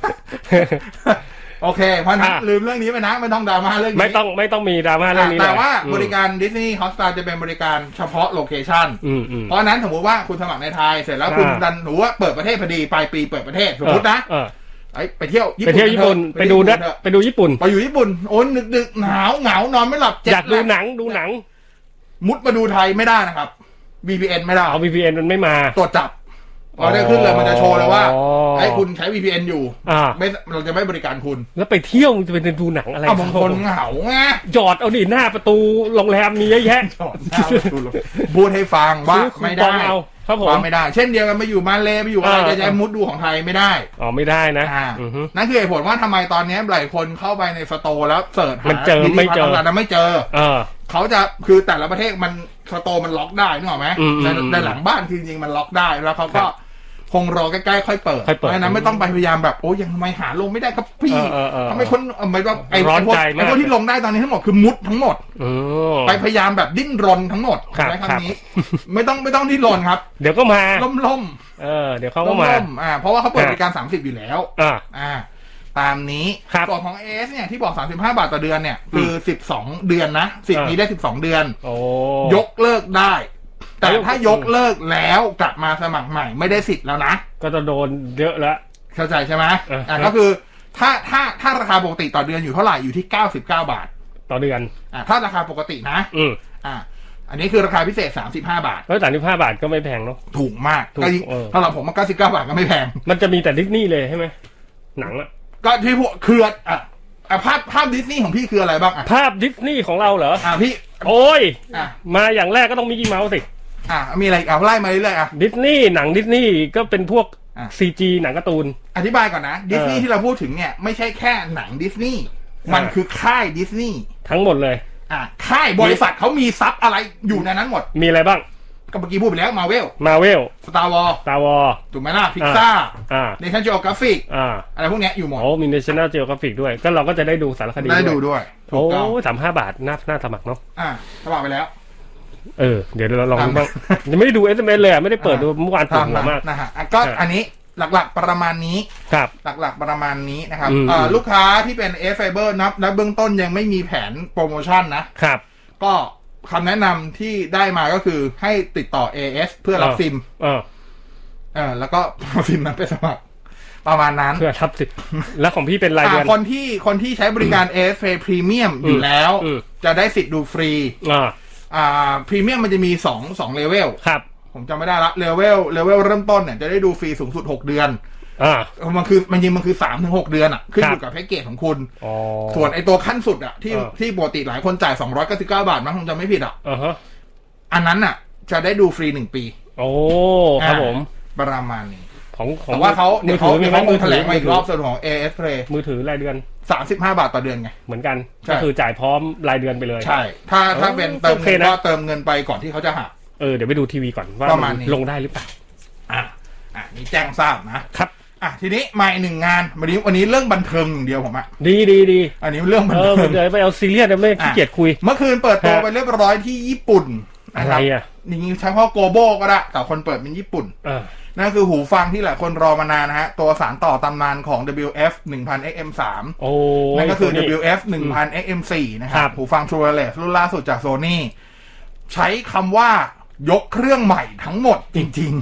โอเคเพราะนั้นลืมเรื่องนี้ไปนะไม่ต้องดราม่าเรื่องนี้ไม่ต้องไม่ต้องมีดราม่าเรื่องนี้แต่ว่าบริการ Disney Hotstar จะเป็นบริการเฉพาะโลเคชั่นเพราะนั้นสมมติว่าคุณสมัครในไทยเสร็จแล้วคุณดันหนูว่าเปิดประเทศพอดีปลายปีเปิดประเทศสมมตินะไปเที่ยวไปเที่ยวญี่ปุ่นไปดูนะไปดูญี่ปุ่นไปอยู่ญี่ปุ่นโอ้ยดึกๆหนาวเหงานอนไม่หลับอยากดูหนังดูหนังมุดมาดูไทยไม่ได้นะครับ วี พี เอ็น ไม่ได้เอา วี พี เอ็น มันไม่มาตรวจจับเราได้ขึ้นเลยมันจะโชว์เลยว่าไอ้คุณใช้ วี พี เอ็น อยู่ไม่เราจะไม่บริการคุณแล้วไปเที่ยวจะเป็นดูหนังอะไรบางคนเหงาไงจอดเอาดิหน้าประตูโรงแรมมีเยอะแยะจอดหน้าประตูพูดให้ฟังว่าไม่ได้ครับผมไม่ได้เช่นเดียวกันไปอยู่มาเลไปอยู่อะไรจะจะมุดดูของไทยไม่ได้อ๋อไม่ได้นะนั่นคือเหตุผลว่าทำไมตอนนี้หลายคนเข้าไปในสโตร์แล้วเสิร์ชหามันเจอไม่เจอแล้วไม่เจอเขาจะคือแต่ละประเทศมันสโตร์มันล็อกได้นึกออกไหมในหลังบ้านคือจริงๆมันล็อกได้แล้วเขาก็คงรอใกล้ๆค่อยเปิดเพราะฉะนั้นไม่ต้องไปพยายามแบบโอ้ยังทำไมหาลงไม่ได้ครับพี่ทำไมคนไม่ว่าไอ้พวกไอ้พวกที่ลงได้ตอนนี้ทั้งหมดคือมุดทั้งหมดไปพยายามแบบดิ้นรนทั้งหมดใช้คำนี้ไม่ต้องไม่ต้องดิ้นรนครับเดี๋ยวก็มาล่มๆเออเดี๋ยวเขาก็มาอ่าเพราะว่าเขาเปิดบริการสามสิบอยู่แล้วอ่าอ่าตามนี้ส่วนของ เอ เอส เนี่ยที่บอกสามสิบห้าบาทต่อเดือนเนี่ยคือสิบสองเดือนนะสิทธิ์นี้ได้สิบสองเดือนยกเลิกได้แต่ถ้ายกเลิกแล้วกลับมาสมัครใหม่ไม่ได้สิทธิ์แล้วนะก็จะโดนเยอะแล้วเข้าใจใช่ไหมอ่าก็คือถ้าถ้าถ้าราคาปกติต่อเดือนอยู่เท่าไหร่อยู่ที่เก้าสิบเก้าบาทต่อเดือนอ่าถ้าราคาปกตินะอืมอ่าอันนี้คือราคาพิเศษสามสิบห้าบาทแล้วสามสิบห้าบาทก็ไม่แพงเนาะถูกมากก็ถ้าเราผมมาเก้าสิบเก้าบาทก็ไม่แพงมันจะมีแต่ดิสนีย์เลยใช่ไหมหนังอะก็ที่พวกคืออ่ะภาพภาพดิสนีย์ของพี่คืออะไรบ้างอ่ะภาพดิสนีย์ของเราเหรออ่าพี่โอ้ยอ่ะมาอย่างแรกก็ต้องมิกกี้เมาส์สิอ่ะมีอะไรเอาไล่มาเรื่อยๆอ่ะดิสนีย์หนังดิสนีย์ก็เป็นพวก ซี จี หนังการ์ตูนอธิบายก่อนนะดิสนีย์ที่เราพูดถึงเนี่ยไม่ใช่แค่หนังดิสนีย์มันคือค่ายดิสนีย์ทั้งหมดเลยอ่ะค่ายบริษัทเขามีซับอะไรอยู่ในนั้นหมดมีอะไรบ้างก็เมื่อกี้พูดไปแล้วมาเวลมาเวลสตาร์วอร์สตาร์วอร์ถูกไหมล่ะพิกซ่าเนชั่นจิโอกราฟิกอะไรพวกนี้อยู่หมดโอ้มีเนชั่นจิโอกราฟิกด้วยก็เราก็จะได้ดูสารคดีได้ดูด้วยโอ้สามห้าบาทน่าน่าสมัครเนาะอ่าสมัครไปแล้วเออเดี๋ยวเราลองบ้างยังไม่ได้ดู เอส เอ็ม เอส เลยไม่ได้เปิดดูเมื่อวานปวดหัวมากนะฮะก็อันนี้หลักๆประมาณนี้ครับหลักๆประมาณนี้นะครับลูกค้าที่เป็น เอ Fiber นับนับเบื้องต้นยังไม่มีแผนโปรโมชั่นนะครับก็คำแนะนำที่ได้มาก็คือให้ติดต่อ เอ เอส เพื่อรับซิมเออเออแล้วก็เอาซิมนั้นไปสมัครประมาณนั้นเพื่อทับสิทธิ์แล้วของพี่เป็นรายเดือนคนที่คนที่ใช้บริการ เอ เอส Pay Premium อยู่แล้วจะได้สิทธิ์ดูฟรีอ่าอ่าพรีเมียมมันจะมีสอง สองเลเวลครับผมจำไม่ได้ละเลเวลเลเวลเริ่มต้นเนี่ยจะได้ดูฟรีสูงสุดหกเดือนอ่ามันคือมันจริงมันคือ สามถึงหก เดือนอ่ะขึ้นอยู่กับแพ็กเกจของคุณอ๋อส่วนไอตัวขั้นสุดอ่ะที่ที่ปกติหลายคนจ่ายสองร้อยเก้าสิบเก้าบาทมั้งผมจำไม่ผิดอ่ะอ่าฮะอันนั้นอ่ะจะได้ดูฟรีหนึ่งปีโอ้ครับผมประมาณนี้ของของว่าเขาเดี๋ยวเขามีมือแถลงมาอีกรอบส่วนของ เอ เอส Play มือถือรายเดือนสามสิบห้าบาทต่อเดือนไงเหมือนกันก็คือจ่ายพร้อมรายเดือนไปเลยใช่ถ้าถ้าเป็นเติมเงินก็เติมเงินไปก่อนที่เขาจะหักเออเดี๋ยวไปดูทีวีก่อนว่าลงได้หรือเปล่าอ่ะอ่ะนี่แจ้งทราบนะครับอ่ะทีนี้มาอีกหนึ่งงานวันนี้วันนี้เรื่องบันเทิงอย่างเดียวผมอ่ะดีดีดีอันนี้เรื่องบันเทิงเดี๋ยวไปเอาซีเรียสไม่ขี้เกียจคุยเมื่อคืนเปิดตัวไปเรียบร้อยที่ญี่ปุ่นอะไรอ่ะนี่ใช้เพราะโกโบก็ได้แต่คนเปิดเป็นญี่ปุ่นนั่นคือหูฟังที่หลายคนรอมานานนะฮะตัวสารต่อตำนานของ ดับเบิลยู เอฟ หนึ่งพัน เอ็กซ์ เอ็ม สามโอ้นั่นก็คือ ดับเบิลยู เอฟ หนึ่งพัน เอ็กซ์ เอ็ม สี่ นะครับหูฟัง True Wireless รุ่นล่าสุดจาก Sony ใช้คำว่ายกเครื่องใหม่ทั้งหมดจริงๆ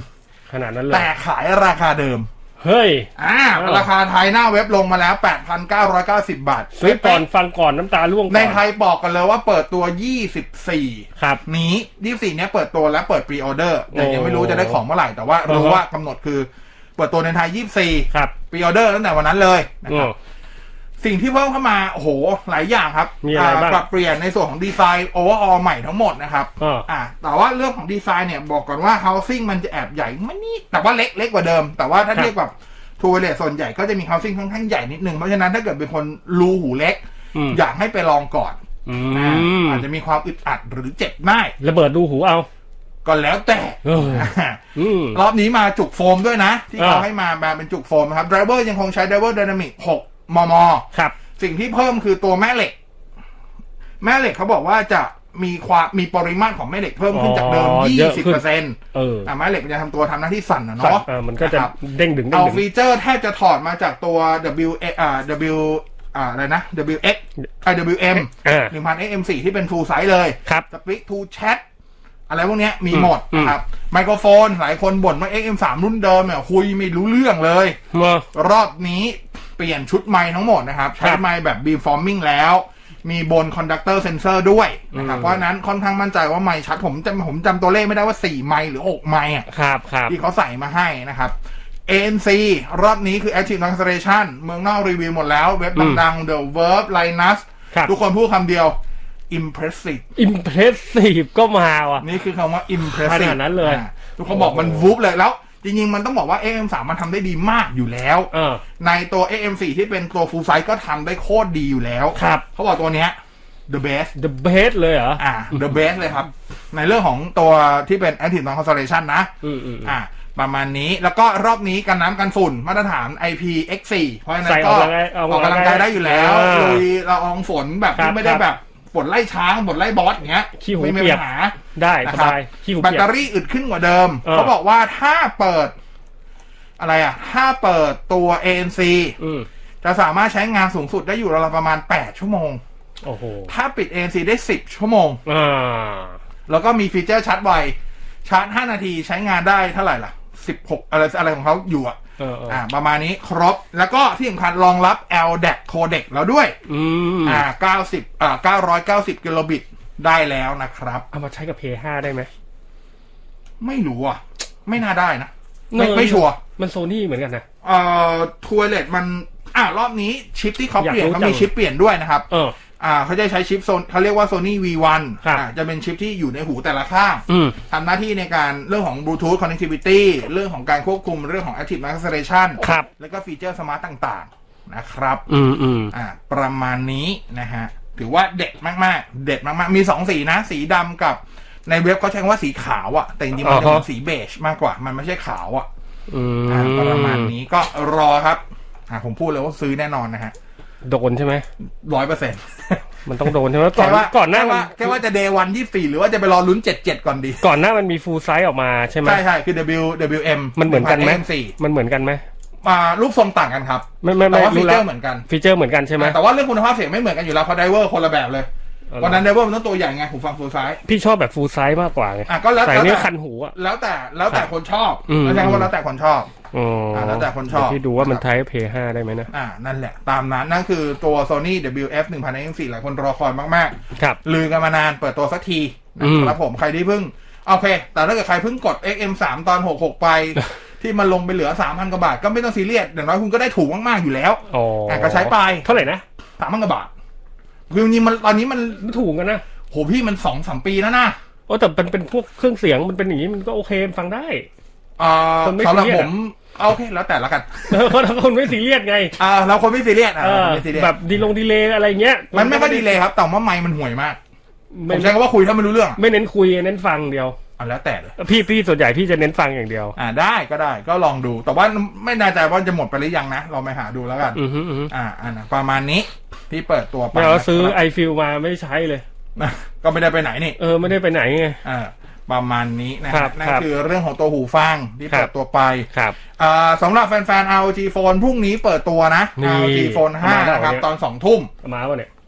ขนาดนั้นเลยแต่ขายราคาเดิมเฮ้ยอ่าราคาไทยหน้าเว็บลงมาแล้ว แปดพันเก้าร้อยเก้าสิบ บาทซื้อก่อนฟังก่อนน้ำตาร่วงก่อนในไทยบอกกันเลยว่าเปิดตัวยี่สิบสี่ครับนี้ยี่สิบสี่เนี้ยเปิดตัวและเปิดพรีออเดอร์แต่ยังไม่รู้จะได้ของเมื่อไหร่แต่ว่ารู้ว่ากำหนดคือเปิดตัวในไทยยี่สิบสี่ครับพรีออเดอร์ตั้งแต่วันนั้นเลยนะครับสิ่งที่เพิ่มเข้ามาโอ้โหหลายอย่างครับมีอะไรบ้างปรับเปลี่ยนในส่วนของดีไซน์โอเวอร์ออลใหม่ทั้งหมดนะครับอ่าแต่ว่าเรื่องของดีไซน์เนี่ยบอกก่อนว่า housing มันจะแอบใหญ่ไม่นี่แต่ว่าเล็กเล็กกว่าเดิมแต่ว่าถ้าเทียบกับทัวร์เลทส่วนใหญ่ก็จะมี housing ค่อนข้างใหญ่นิดนึงเพราะฉะนั้นถ้าเกิดเป็นคนรูหูเล็กอยากให้ไปลองก่อนอาจจะมีความอึดอัดหรือเจ็บง่ายระเบิดรูหูเอาก็แล้วแต่รอบนี้มาจุกโฟมด้วยนะที่เขาให้มามาเป็นจุกโฟมครับไดรเวอร์ยังคงใช้ไดรเวอร์ไดนามิกหกมมครับสิ่งที่เพิ่มคือตัวแม่เหล็กแม่เหล็กเขาบอกว่าจะมีความมีปริมาตรของแม่เหล็กเพิ่มขึ้นจากเดิม ยี่สิบเปอร์เซ็นต์เออแม่เหล็กมันจะทำตัวทำหน้าที่สั่นนะเนาะมันก็จะเด้งดึงเอาฟีเจอร์แทบจะถอดมาจากตัว W อ่า W อ่าอะไรนะ ดับเบิลยู เอ็กซ์ อ่า ดับเบิลยู เอ็ม หนึ่งพัน เอ็กซ์ เอ็ม โฟร์ ที่เป็น full size เลยครับ Speak to Chat อะไรพวกนี้มีหมดนะครับไมโครโฟนหลายคนบ่นว่า เอ็กซ์ เอ็ม สาม รุ่นเดิมเนี่ยคุยไม่รู้เรื่องเลยรอบนี้เปลี่ยนชุดไมค์ทั้งหมดนะครับใช้ไมค์แบบ beamforming แล้วมีบน conductor sensor ด้วยนะครับเพราะนั้นค่อนข้างมั่นใจว่าไมค์ชัดผมจำผมจำตัวเลขไม่ได้ว่าสี่ไมค์หรือหกไมค์อ่ะที่เขาใส่มาให้นะครับ เอ เอ็น ซี รอบนี้คือ Active Translation เมืองนอกรีวิวหมดแล้วเว็บดังๆ The Verb Linus ทุกคนพูดคำเดียว impressive impressive ก็มาว่ะนี่คือคำว่า impressive ขนาดนั้นเลยทุกคนบอกมันวูบเลยแล้วจริงๆมันต้องบอกว่า เอ็กซ์ เอ็ม สาม มันทำได้ดีมากอยู่แล้วในตัว เอ็กซ์ เอ็ม โฟร์ ที่เป็นตัว full size ก็ทำได้โคตรดีอยู่แล้วเขาบอกตัวเนี้ย the best the best เลยเหรออ่า the best เลยครับในเรื่องของตัวที่เป็น Active Translation นะอ่าประมาณนี้แล้วก็รอบนี้กันน้ำกันฝุ่นมาตรฐาน ไอ พี เอ็กซ์ โฟร์ เพราะฉะนั้นก็ออกกำลังกายได้อยู่แล้วลุยละอองฝนแบบที่ไม่ได้แบบฝนไล่ช้างฝนไล่บอสอย่างเงี้ยไม่มีปัญหาได้สบายแบตเตอรี่อึดขึ้นกว่าเดิมเขาบอกว่าถ้าเปิดอะไรอ่ะถ้าเปิดตัว เอ เอ็น ซี จะสามารถใช้งานสูงสุดได้อยู่ราวๆประมาณแปดชั่วโมงโอ้โหถ้าปิด เอ เอ็น ซี ได้สิบชั่วโมงแล้วก็มีฟีเจอร์ชาร์จไวชาร์จห้านาทีใช้งานได้เท่าไหร่ล่ะสิบหกอะไรอะไรของเขาอยู่อ่ะอ่าประมาณนี้ครบแล้วก็ที่สำคัญรองรับ แอล ดี เอ ซี codec แล้วด้วยอ่าเก้าสิบอ่าเก้าร้อยเก้าสิบกิโลบิตได้แล้วนะครับเอามาใช้กับ พี ไฟว์ ได้ไหมไม่รู้อ่ะไม่น่าได้นะไม่ไม่ชัวร์มันโซนี่เหมือนกันนะเอ่อทัวร์เลตมันอ่ารอบนี้ชิปที่เขาเปลี่ยนเขามีชิปเปลี่ยนด้วยนะครับเอออ่าเขาจะใช้ชิปโซนเขาเรียกว่า Sony วี วัน อ่าจะเป็นชิปที่อยู่ในหูแต่ละข้างทำหน้าที่ในการเรื่องของ Bluetooth Connectivity เรื่องของการควบคุมเรื่องของ Active Translation แล้วก็ฟีเจอร์สมาร์ตต่างๆนะครับอืมอืมอ่าประมาณนี้นะฮะถือว่าเด็ดมากๆเด็ดมากๆมีสองสีนะสีดำกับในเว็บเขาใช้คำว่าสีขาวอ่ะแต่จริงๆมันเป็นสีเบจมากกว่ามันไม่ใช่ขาวอ่ะอ่าประมาณนี้ก็รอครับอ่าผมพูดเลยว่าซื้อแน่นอนนะฮะโดนใช่ไหมร้อยเปอร์เซ็นต์มันต้องโดนใช่ไหมก่อนก่อนหน้าว่าแค่ว่าจะเดย์วันยี่สิบสี่หรือว่าจะไปรอลุ้นเจ็ดสิบเจ็ดก่อนดีก่อนหน้ามันมีฟูลไซส์ออกมาใช่ไหมใช่ใช่คือ W ดับเบิลยู เอ็มมันเหมือนกันไหมมันเหมือนกันไหมอ่ารูปทรงต่างกันครับไม่ไม่ไม่แต่ว่าฟีเจอร์เหมือนกันฟีเจอร์เหมือนกันใช่ไหมแต่ว่าเรื่องคุณภาพเสียงไม่เหมือนกันอยู่แล้วเพราะไดเวอร์คนละแบบเลยวันนั้นไดเวอร์มันต้องตัวใหญ่ไงหูฟังฟูลไซส์พี่ชอบแบบฟูลไซส์มากกว่าไงอ่ะก็แล้วแต่เนื้อคันหูอ่ะแล้วแต่แล้วแต่คนชอบไม่ใช่ว่าแล้วแต่คนชอบอ๋อแล้วแต่คนชอบพี่ดูว่ามันไทป์ พี ไฟว์ ได้ไหมนะอ่านั่นแหละตามนั้นนั่นคือตัว Sony ดับเบิลยู เอฟ หนึ่งพัน เอ็กซ์ โฟร์ หลายคนรอคอยมากๆครับลือกันมานานเปิดตัวสักทีนะครับผมใครที่เพิ่งโอเคแต่ถ้าเกิดใครเพิ่งกด เอ็กซ์ เอ็ม สาม ตอนหกสิบหกไปที่มันลงไปเหลือ สามพัน กว่าบาทก็ไม่ต้องซีเรียสอย่างน้อยคุณก็ได้ถูกมากๆอยู่แล้วอ๋อก็ใช้ไปเท่าไหร่นะสามพัน กว่าบาทคือจริงๆมันตอนนี้มันไม่ถูกกันนะโหพี่มัน สองสาม ปีแล้วนะโอ้แต่เป็นเป็นพวกเครื่องเสียงมันเป็นอย่างนี้มันก็โอเคฟังได้อ่าสำหรับผมโอเคแล้วแต่ละกันเพราะเราคนไม่ซีเรียสไงอ่าเราคนไม่ซีเรียสอ่ะแบบดีลงดีเลย์อะไรเงี้ยมันไม่ค่อยดีเลย์ครับแต่ว่าไมค์มันห่วยมากผมใช้คำว่าคุยถ้าไม่รู้เรื่องไม่เน้นคุยเน้นฟังเดียวอ่าแล้วแต่เลยพี่พี่ส่วนใหญ่พี่จะเน้นฟังอย่างเดียวอ่าได้ก็ได้ก็ลองดูแต่ว่าไม่แน่ใจว่าจะหมดไปหรือยังนะเราไปหาดูแล้วกันอือฮึอ่าอ่าประมาณนี้ที่เปิดตัวไปเราซื้อไอฟิลมาไม่ใช้เลยก็ไม่ได้ไปไหนนี่เออไม่ได้ไปไหนไงอ่าประมาณนี้นะครับนั่นคือเรื่องของตัวหูฟังที่เปิดตัวไปครับอ่าสำหรับแฟนๆ อาร์ โอ จี Phone พรุ่งนี้เปิดตัวนะ อาร์ โอ จี Phone ห้านะครับตอนสองทุ่มมาวะเนี่ย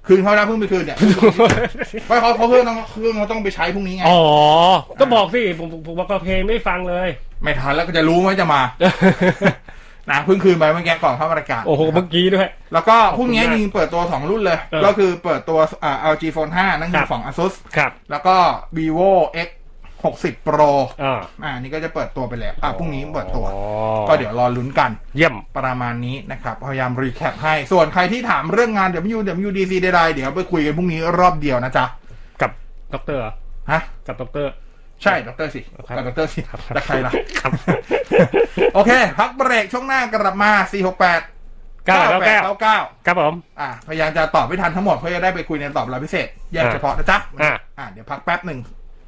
คืนเขาแล้วเพิ่งไปคืนเนี่ยไม่เขาเขาเครื่องต้องเครื่องเขาต้องไปใช้พรุ่งนี้ไงอ๋อก็บอกสิผมผมบอกเพลงไม่ฟังเลยไม่ทันแล้วก็จะรู้ว่าจะมานะเพิ่งคืนไปเมื่อกี้ก่อนเข้ารายการโอ้โหเมื่อกี้ด้วยแล้วก็พรุ่งนี้จริงเปิดตัวสองรุ่นเลยก็คือเปิดตัวอ่า แอล จี Phone ห้านั่นคือของ Asus ครับแล้วก็ Vivo เอ็กซ์ หกสิบ Pro อ่าอ่านี่ก็จะเปิดตัวไปแล้วอ่าพรุ่งนี้เปิดตัวก็เดี๋ยวรอลุ้นกันเยี่ยมประมาณนี้นะครับพยายามรีแคปให้ส่วนใครที่ถามเรื่องงาน ดับเบิลยู ดับเบิลยู ดี ซี ใดๆเดี๋ยวไปคุยกันพรุ่งนี้รอบเดียวนะจ๊ะกับดรฮะกับดรใช่ดรสิกับดรสิจะใครล่ะโอเคพักเบรกช่วงหน้ากลับมาสี่หกแปด เก้าแปดเก้าเก้าครับผมอ่าพยายามจะตอบไม่ทันทั้งหมดเพื่อจะได้ไปคุยในตอบรายพิเศษแยกเฉพาะนะจ๊ะอ่าเดี๋ยวพักแป๊บหนึ่ง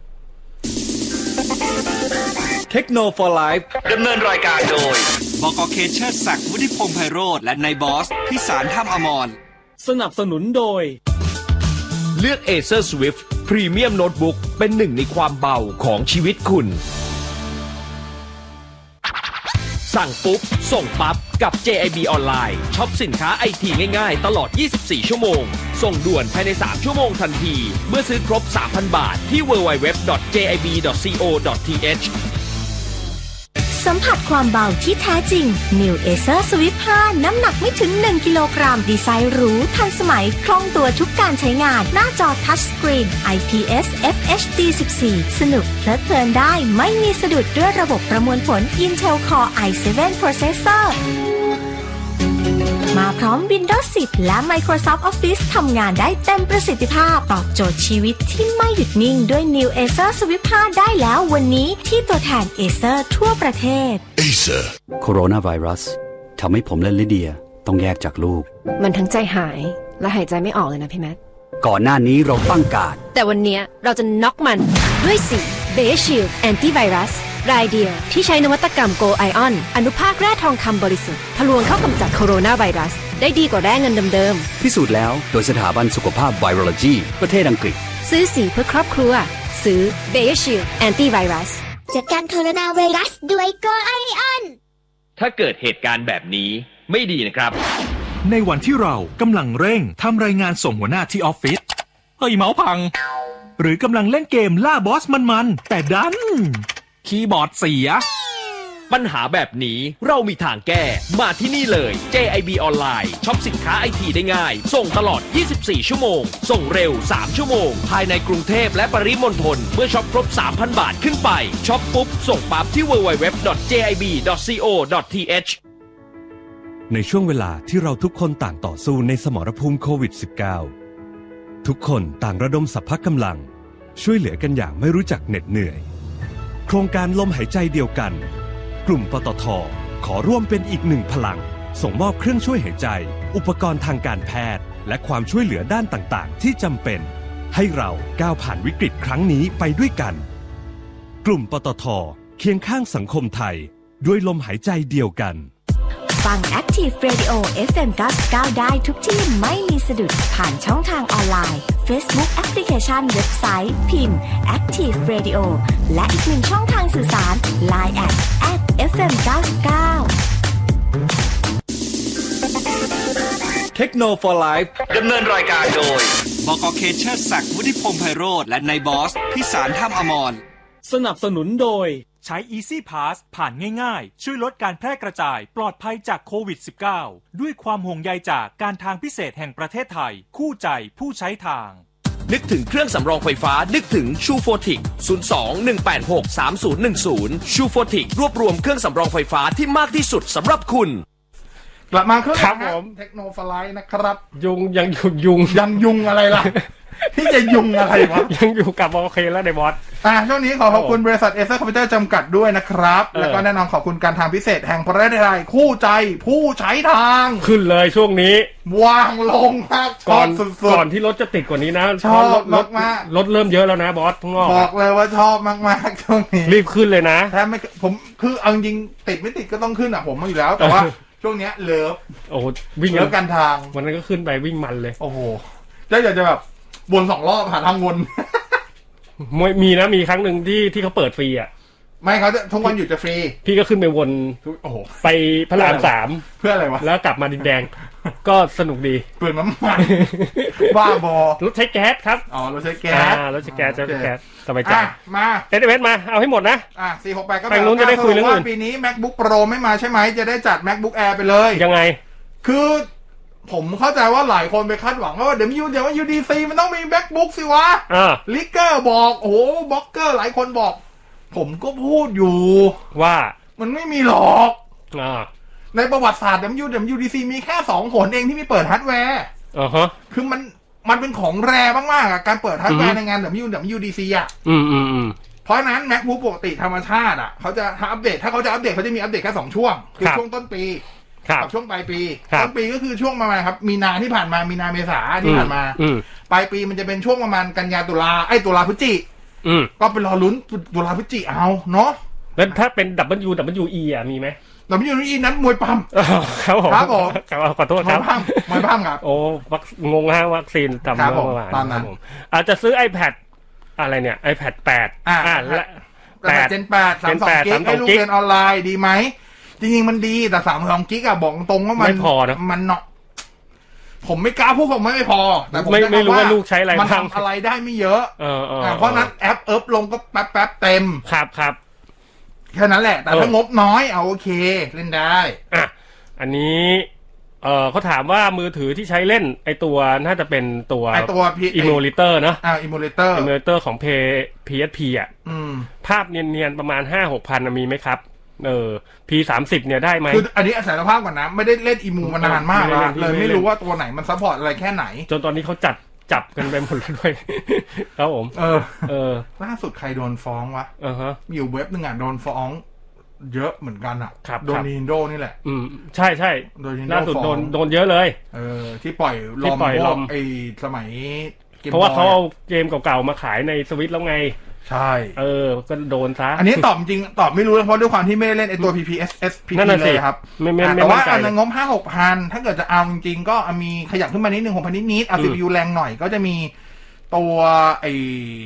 เทคโนโลยีไลฟ์ดำเนินรายการโดยบก.เคเชอร์ศักดิ์วุฒิพงษ์ไพโรจน์และนายบอสพิสารท่ามอมรสนับสนุนโดยเลือก Acer Swift Premium Notebook เป็นหนึ่งในความเบาของชีวิตคุณสั่งปุ๊บส่งปั๊บกับ เจ ไอ บี ออนไลน์ช็อปสินค้าไอทีง่ายๆตลอดยี่สิบสี่ชั่วโมงส่งด่วนภายในสามชั่วโมงทันทีเมื่อซื้อครบ สามพัน บาทที่ ดับเบิลยู ดับเบิลยู ดับเบิลยู ดอท เจ ไอ บี ดอท ซี โอ ดอท ที เอชสัมผัสความเบาที่แท้จริง New Acer Swift ห้าน้ำหนักไม่ถึงหนึ่งกิโลกรัมดีไซน์หรูทันสมัยคล่องตัวทุกการใช้งานหน้าจอทัชสกรีน ไอ พี เอส เอฟ เอช ดี สิบสี่ สนุกเพลิดเพลินได้ไม่มีสะดุดด้วยระบบประมวลผล Intel Core ไอ เซเว่น Processor มาพร้อม Windows สิบ และ Microsoft Office ทำงานได้เต็มประสิทธิภาพตอบโจทย์ชีวิตที่ไม่หยุดนิ่งด้วย New Acer Swift ห้าได้แล้ววันนี้ที่ตัวแทน Acer ทั่วประเทศ Acer โคโรนาไวรัสทำให้ผมและลิเดียต้องแยกจากลูกมันทั้งใจหายและหายใจไม่ออกเลยนะพี่แมทก่อนหน้านี้เราตั้งการ์ดแต่วันนี้เราจะน็อกมันด้วยสี Base Shield Antivirusรายเดียวที่ใช้นวัตกรรม Go Ion อนุภาคแร่ทองคำบริสุทธิ์ทะลวงเข้ากำจัดโคโรนาไวรัสได้ดีกว่าแร่เงินเดิมๆพิสูจน์แล้วโดยสถาบันสุขภาพ Virology ประเทศอังกฤษซื้อสีเพื่อครอบครัวซื้อ Base Shield Antivirus จัดการโคโรนาไวรัสด้วย Go Ion ถ้าเกิดเหตุการณ์แบบนี้ไม่ดีนะครับในวันที่เรากำลังเร่งทำรายงานส่งหัวหน้าที่ออฟฟิศเฮ้ยเมาส์พังหรือกำลังเล่นเกมล่าบอสมันๆแต่ดันคีย์บอร์ดเสียปัญหาแบบนี้เรามีทางแก้มาที่นี่เลย เจ ไอ บี ออนไลน์ช็อปสินค้าไอทีได้ง่ายส่งตลอดยี่สิบสี่ชั่วโมงส่งเร็วสามชั่วโมงภายในกรุงเทพและปริมณฑลเมื่อช็อปครบ สามพัน บาทขึ้นไปช็อปปุ๊บส่งปั๊บที่ ดับเบิลยู ดับเบิลยู ดับเบิลยู ดอท เจ ไอ บี ดอท ซี โอ ดอท ที เอชในช่วงเวลาที่เราทุกคนต่างต่อสู้ในสมรภูมิโควิด สิบเก้า ทุกคนต่างระดมสรรพกำลังช่วยเหลือกันอย่างไม่รู้จักเหน็ดเหนื่อยโครงการลมหายใจเดียวกันกลุ่มปตท.ขอร่วมเป็นอีกหนึ่งพลังส่งมอบเครื่องช่วยหายใจอุปกรณ์ทางการแพทย์และความช่วยเหลือด้านต่างๆที่จำเป็นให้เราก้าวผ่านวิกฤตครั้งนี้ไปด้วยกันกลุ่มปตท.เคียงข้างสังคมไทยด้วยลมหายใจเดียวกันฟัง Active Radio เอฟ เอ็ม เก้าสิบเก้าได้ทุกที่ไม่มีสะดุดผ่านช่องทางออนไลน์ Facebook Application เว็บไซต์พิมพ์ Active Radio และอีกหนึ่งช่องทางสื่อสาร ไลน์ แอท แอท เอฟ เอ็ม เก้าสิบเก้าเทคโนโลยีไลฟ์ดำเนินรายการโดยบก.เคเชอร์ศักดิ์วุฒิพงษ์ไพโรจน์และนายบอสพิสารท่ามอมรสนับสนุนโดยใช้ Easy Pass ผ่านง่ายๆช่วยลดการแพร่กระจายปลอดภัยจากโควิด สิบเก้า ด้วยความห่วงใยจากการทางพิเศษแห่งประเทศไทยคู่ใจผู้ใช้ทางนึกถึงเครื่องสำรองไฟฟ้านึกถึงชูโฟติก ศูนย์ สอง หนึ่ง แปด หก สาม ศูนย์ หนึ่ง ศูนย์ ชูโฟติกรวบรวมเครื่องสำรองไฟฟ้าที่มากที่สุดสำหรับคุณกลับมาเครื่องครับผมเทคโนโลยีนะครับยุงยังยุงยุงยังยุงอะไรล่ะที่จะยุงอะไรวะยังอยู่กับโอเคแล้วในบอสอ่าช่วงนี้ขอขอบคุณบริษัทเอเซอร์คอมพิวเตอร์จำกัดด้วยนะครับแล้วก็แน่นอนขอบคุณการทางพิเศษแห่งประเทศไทยคู่ใจผู้ใช้ทางขึ้นเลยช่วงนี้วางลงมากก่อนก่อนที่รถจะติดกว่านี้นะชอบรถมากรถเริ่มเยอะแล้วนะบอสข้างนอกบอกเลยว่าชอบมากๆช่วงนี้รีบขึ้นเลยนะแทบไม่ผมคือเอาจริงติดไม่ติดก็ต้องขึ้นอ่ะผมมาอยู่แล้วแต่ว่าช่วงนี้เลิฟโอ้วิ่งเลิฟกันทางวันนั้นก็ขึ้นไปวิ่งมันเลยโอ้โหแล้วอยากจะแบบวนสองรอบหาทางวนมีนะมีครั้งหนึ่งที่ที่เขาเปิดฟรีอ่ะไม่เขาจะทุกวันหยุดจะฟรีพี่ก็ขึ้นไปวนโอ้โหไปพระรามสามเพื่ออะไรวะแล้วกลับมาดินแดงก็สนุกดีเปลืองน้ำมันบ้าบอรถใช้แก๊สครับอ๋อรถใช้แก๊สอ่ารถใช้แก๊สใช้แก๊สสบายใจมาเอส เอ็ม เอส มาเอาให้หมดนะอ่ะสี่หกแปดก็แบบนู้นจะได้คุยเรื่องอื่นปีนี้ MacBook Pro ไม่มาใช่ไหมจะได้จัด MacBook Air ไปเลยยังไงคือผมเข้าใจว่าหลายคนไปคาดหวังว่าเดี๋ยวยูเดี๋ยว ยู ดี ซี มันต้องมี MacBook สิวะลิกเกอร์บอกโอ้โหบล็อกเกอร์หลายคนบอกผมก็พูดอยู่ว่ามันไม่มีหรอกอ่าในประวัติศาสตร์ ดับเบิลยู ดับเบิลยู ดี ซี มีแค่สองหนเองที่มีเปิดฮาร์ดแวร์อ๋อฮะคือมันมันเป็นของแรมากๆอ่ะการเปิดฮาร์ดแวร์ในงาน ดับเบิลยู ดับเบิลยู ดี ซี อ่ะอืมอืมอืมเพราะนั้น MacBook ปกติธรรมชาติอ่ะเขาจะอัปเดตถ้าเขาจะอัปเดตเขาจะมีอัปเดตแค่สองช่วงคือช่วงต้นปีกับช่วงปลายปีต้นปีก็คือช่วงประมาณครับมีนาที่ผ่านมามีนาเมษาที่ผ่านมาปลายปีมันจะเป็นช่วงประมาณกันยาตุลาไอ้ตุลาพฤศจิก็ไปรอลุ้นตุลาพฤศจิเอาเนาะแล้วถ้าเป็น ดับเบิลยู ดับเบิลยู อี อ่ะมีไหมดับเบิลยู อี นั้นมวยปั้มครับผมครับผมขอโทษครับมวยปั้มครับโอ้งงฮะวัคซีนทำเมื่อวานตามนั้นอาจจะซื้อ iPad อะไรเนี่ย iPad แปดอ่าและแปด Gen แปด สามสิบสอง กิกให้ลูกเรียนออนไลน์ดีไหมจริงๆมันดีแต่สามสิบสองกิกอะบอกตรงว่ามันไม่พอนะมันเนาะผมไม่กล้าพูดผมไม่พอแต่ผมไม่ไม่รู้ว่าลูกใช้อะไรมันทำอะไรได้ไม่เยอะเออเพราะนั้นแอปเอิบลงก็แป๊บแป๊บเต็มครับครับแค่นั้นแหละแต่ถ้างบน้อยเอาโอเคเล่นได้อ่ะอันนี้เออเขาถามว่ามือถือที่ใช้เล่นไอตัวน่าจะเป็นตัวไอตัว Emulator เนอะอ่า Emulator Emulator ของ พี เอส พี อ่ะภาพเนียนๆประมาณ ห้าหก พันมีไหมครับเออ พี สามสิบ เนี่ยได้ไหมคืออันนี้อาศัยสภาพก่อนนะไม่ได้เล่นอีมูมานานมากแล้วเลยไม่รู้ว่าตัวไหนมันซัพพอร์ตอะไรแค่ไหนจนตอนนี้เขาจัดจับกันไปหมดแล้วด้วยครับผมเออเออล่าสุดใครโดนฟ้องวะอ่าฮะมีอยู่เว็บนึงอ่ะโดนฟ้องเยอะเหมือนกันอ่ะโดน Nintendo นี่แหละอืมใช่ใช่ล่าสุดโดนโดนเยอะเลยเออที่ปล่อยลอมพวกไอ้สมัยเพราะว่าเขาเอาเกมเก่าๆมาขายในสวิตแล้วไงใช่เออก็โดนซะอันนี้ตอบจริงตอบไม่รู้เพราะด้วยความที่ไม่ได้เล่นไอตัว พี พี เอส เอส พี พี เลยครับแต่ว่าอันงบ ห้าหก พันถ้าเกิดจะเอาจริงๆก็มีขยับขึ้นมานิดนึง หกพัน นิดๆเอา ซี พี ยู แรงหน่อยก็จะมีตัวไอ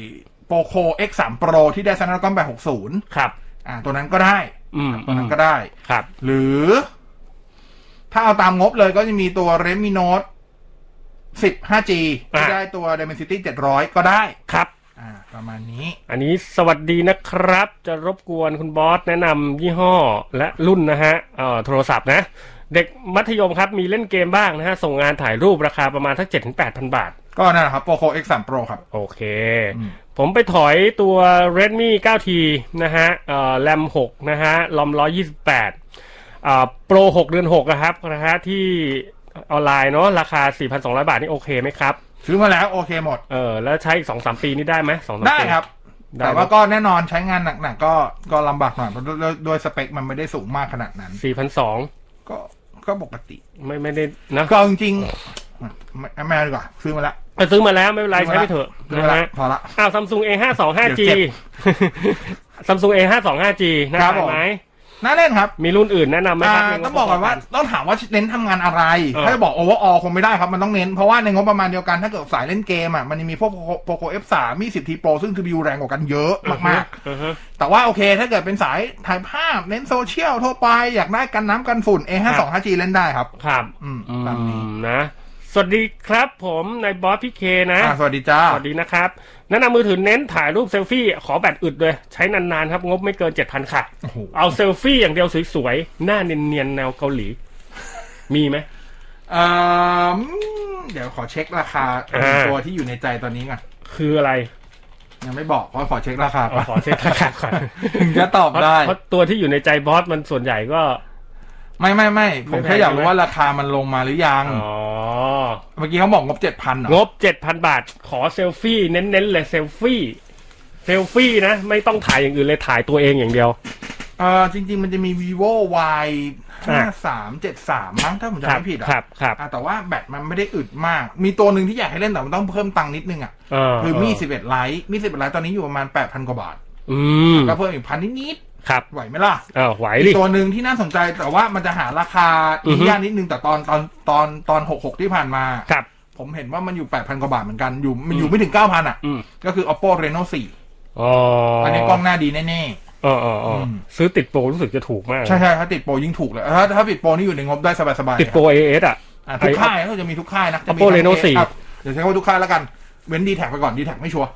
Poco เอ็กซ์ สาม Pro ที่ได้ Snapdragon แปดหกศูนย์ครับอ่าตัวนั้นก็ได้ตัวนั้นก็ได้ครับหรือถ้าเอาตามงบเลยก็จะมีตัว Redmi Note สิบ ห้าจี ที่ได้ตัว Dimensity เจ็ดร้อยก็ได้ครับอ่าประมาณนี้อันนี้สวัสดีนะครับจะรบกวนคุณบอสแนะนำยี่ห้อและรุ่นนะฮะเอ่อโทรศัพท์นะเด็กมัธยมครับมีเล่นเกมบ้างนะฮะส่งงานถ่ายรูปราคาประมาณสัก เจ็ดถึงแปดพัน บาทก็นั่นแหละครับ Poco เอ็กซ์ สาม Pro ครับโอเคผมไปถอยตัว Redmi ไนน์ ที นะฮะเอ่อ แรม หกนะฮะรอมหนึ่งร้อยยี่สิบแปดอ่า Pro หกเดือนหกนะครับนะฮะที่ออนไลน์เนาะราคา สี่พันสองร้อย บาทนี่โอเคไหมครับซื้อมาแล้วโอเคหมดเออแล้วใช้อีก สองสาม ปีนี่ได้ไหม สองสามปีได้ครับแต่ว่าก็แน่นอนใช้งานหนักๆก็ก็ลำบากหน่อยเพราะด้วยสเปคมันไม่ได้สูงมากขนาดนั้นสี่พันสองร้อยก็ก็ปกติไม่ไม่ได้นะก็จริงๆไม่ไม่ดีกว่าซื้อมาแล้วซื้อมาแล้วไม่เป็นไรใช้ไปเถอะนะฮะพอละอ้าว Samsung เอ ห้าสองห้าจี Samsung เอ ห้าสองห้าจี นะครับไหมน่าเล่นครับมีรุ่นอื่นแนะนำไหมครับต้องบอกก่อนว่าต้องถามว่าเน้นทำงานอะไรถ้าจะบอกโอเวอร์ออลคงไม่ได้ครับมันต้องเน้นเพราะว่าในงบประมาณเดียวกันถ้าเกิดสายเล่นเกมอ่ะมันจะมีพวก Poco เอฟ สาม มี สิบ ที Pro ซึ่ง ซี พี ยู แรงกว่ากันเยอะมากๆแต่ว่าโอเคถ้าเกิดเป็นสายถ่ายภาพเน้นโซเชียลทั่วไปอยากได้กันน้ำกันฝุ่น เอ ห้าสองห้าจี เล่นได้ครับครับอืมตามนี้นะสวัสดีครับผมนายบอสพี่เคนะสวัสดีจ้าสวัสดีนะครับแนะนำมือถือเน้นถ่ายรูปเซลฟี่ขอแบตอึดเลยใช้นานๆครับงบไม่เกิน เจ็ดพัน ค่ะเอาเซลฟี่อย่างเดียวสวยๆหน้าเนียนๆแนวเกาหลีมีไหมเอ่อเดี๋ยวขอเช็คราคาตัวที่อยู่ในใจตอนนี้ก่อนคืออะไรยังไม่บอกเพราะขอเช็คราคาขอเช็คราคาก่อนถึงจะตอบได้เพราะตัวที่อยู่ในใจบอสมันส่วนใหญ่ก็ไม่ไม่ไม่ผมแค่อยากรู้ว่าราคามันลงมาหรือยังอ๋อเมื่อกี้เขาบอกงบ เจ็ดพัน เหรองบ เจ็ดพัน บาทขอเซลฟี่เน้นๆเลยเซลฟี่เซลฟี่นะไม่ต้องถ่ายอย่างอื่นเลยถ่ายตัวเองอย่างเดียวเออจริงๆมันจะมี vivo y ห้าสามเจ็ดสามมั้งถ้าผมจำไม่ผิดอ่ะครับครับแต่ว่าแบตมันไม่ได้อึดมากมีตัวหนึ่งที่อยากให้เล่นแต่มันต้องเพิ่มตังค์นิดนึงอ่ะคือมีสิบเอ็ดไลท์มีสิบเอ็ดไลท์ตอนนี้อยู่ประมาณ แปดพัน กว่าบาทอืมก็เพิ่มอีกพันนิดครับไหวไหมล่ะเออไหวดิตัวหนึ่งที่น่าสนใจแต่ว่ามันจะหาราคาที่ยากนิดนึงแต่ตอนตอนตอนตอนหกสิบหกที่ผ่านมาครับผมเห็นว่ามันอยู่ แปดพัน กว่าบาทเหมือนกันอยู่มันอยู่ไม่ถึง เก้าพัน อ่ะก็คือ Oppo Reno สี่อ๋ออันนี้กล้องหน้าดีแน่ๆอ๋อๆๆซื้อติดโปรรู้สึกจะถูกมากใช่ๆถ้าติดโปรยิ่งถูกเลยถ้าถ้าติดโปรนี่อยู่ในงบได้สบายๆติดโปร เอ เอส อ่ะทุกค่ายก็จะมีทุกค่ายนะจะมี Oppo Reno สี่เดี๋ยวใช้คำว่าทุกค่ายแล้วกันเว้น ดี แท็ก ไปก่อน ดี แท็ก ไม่ชัวร์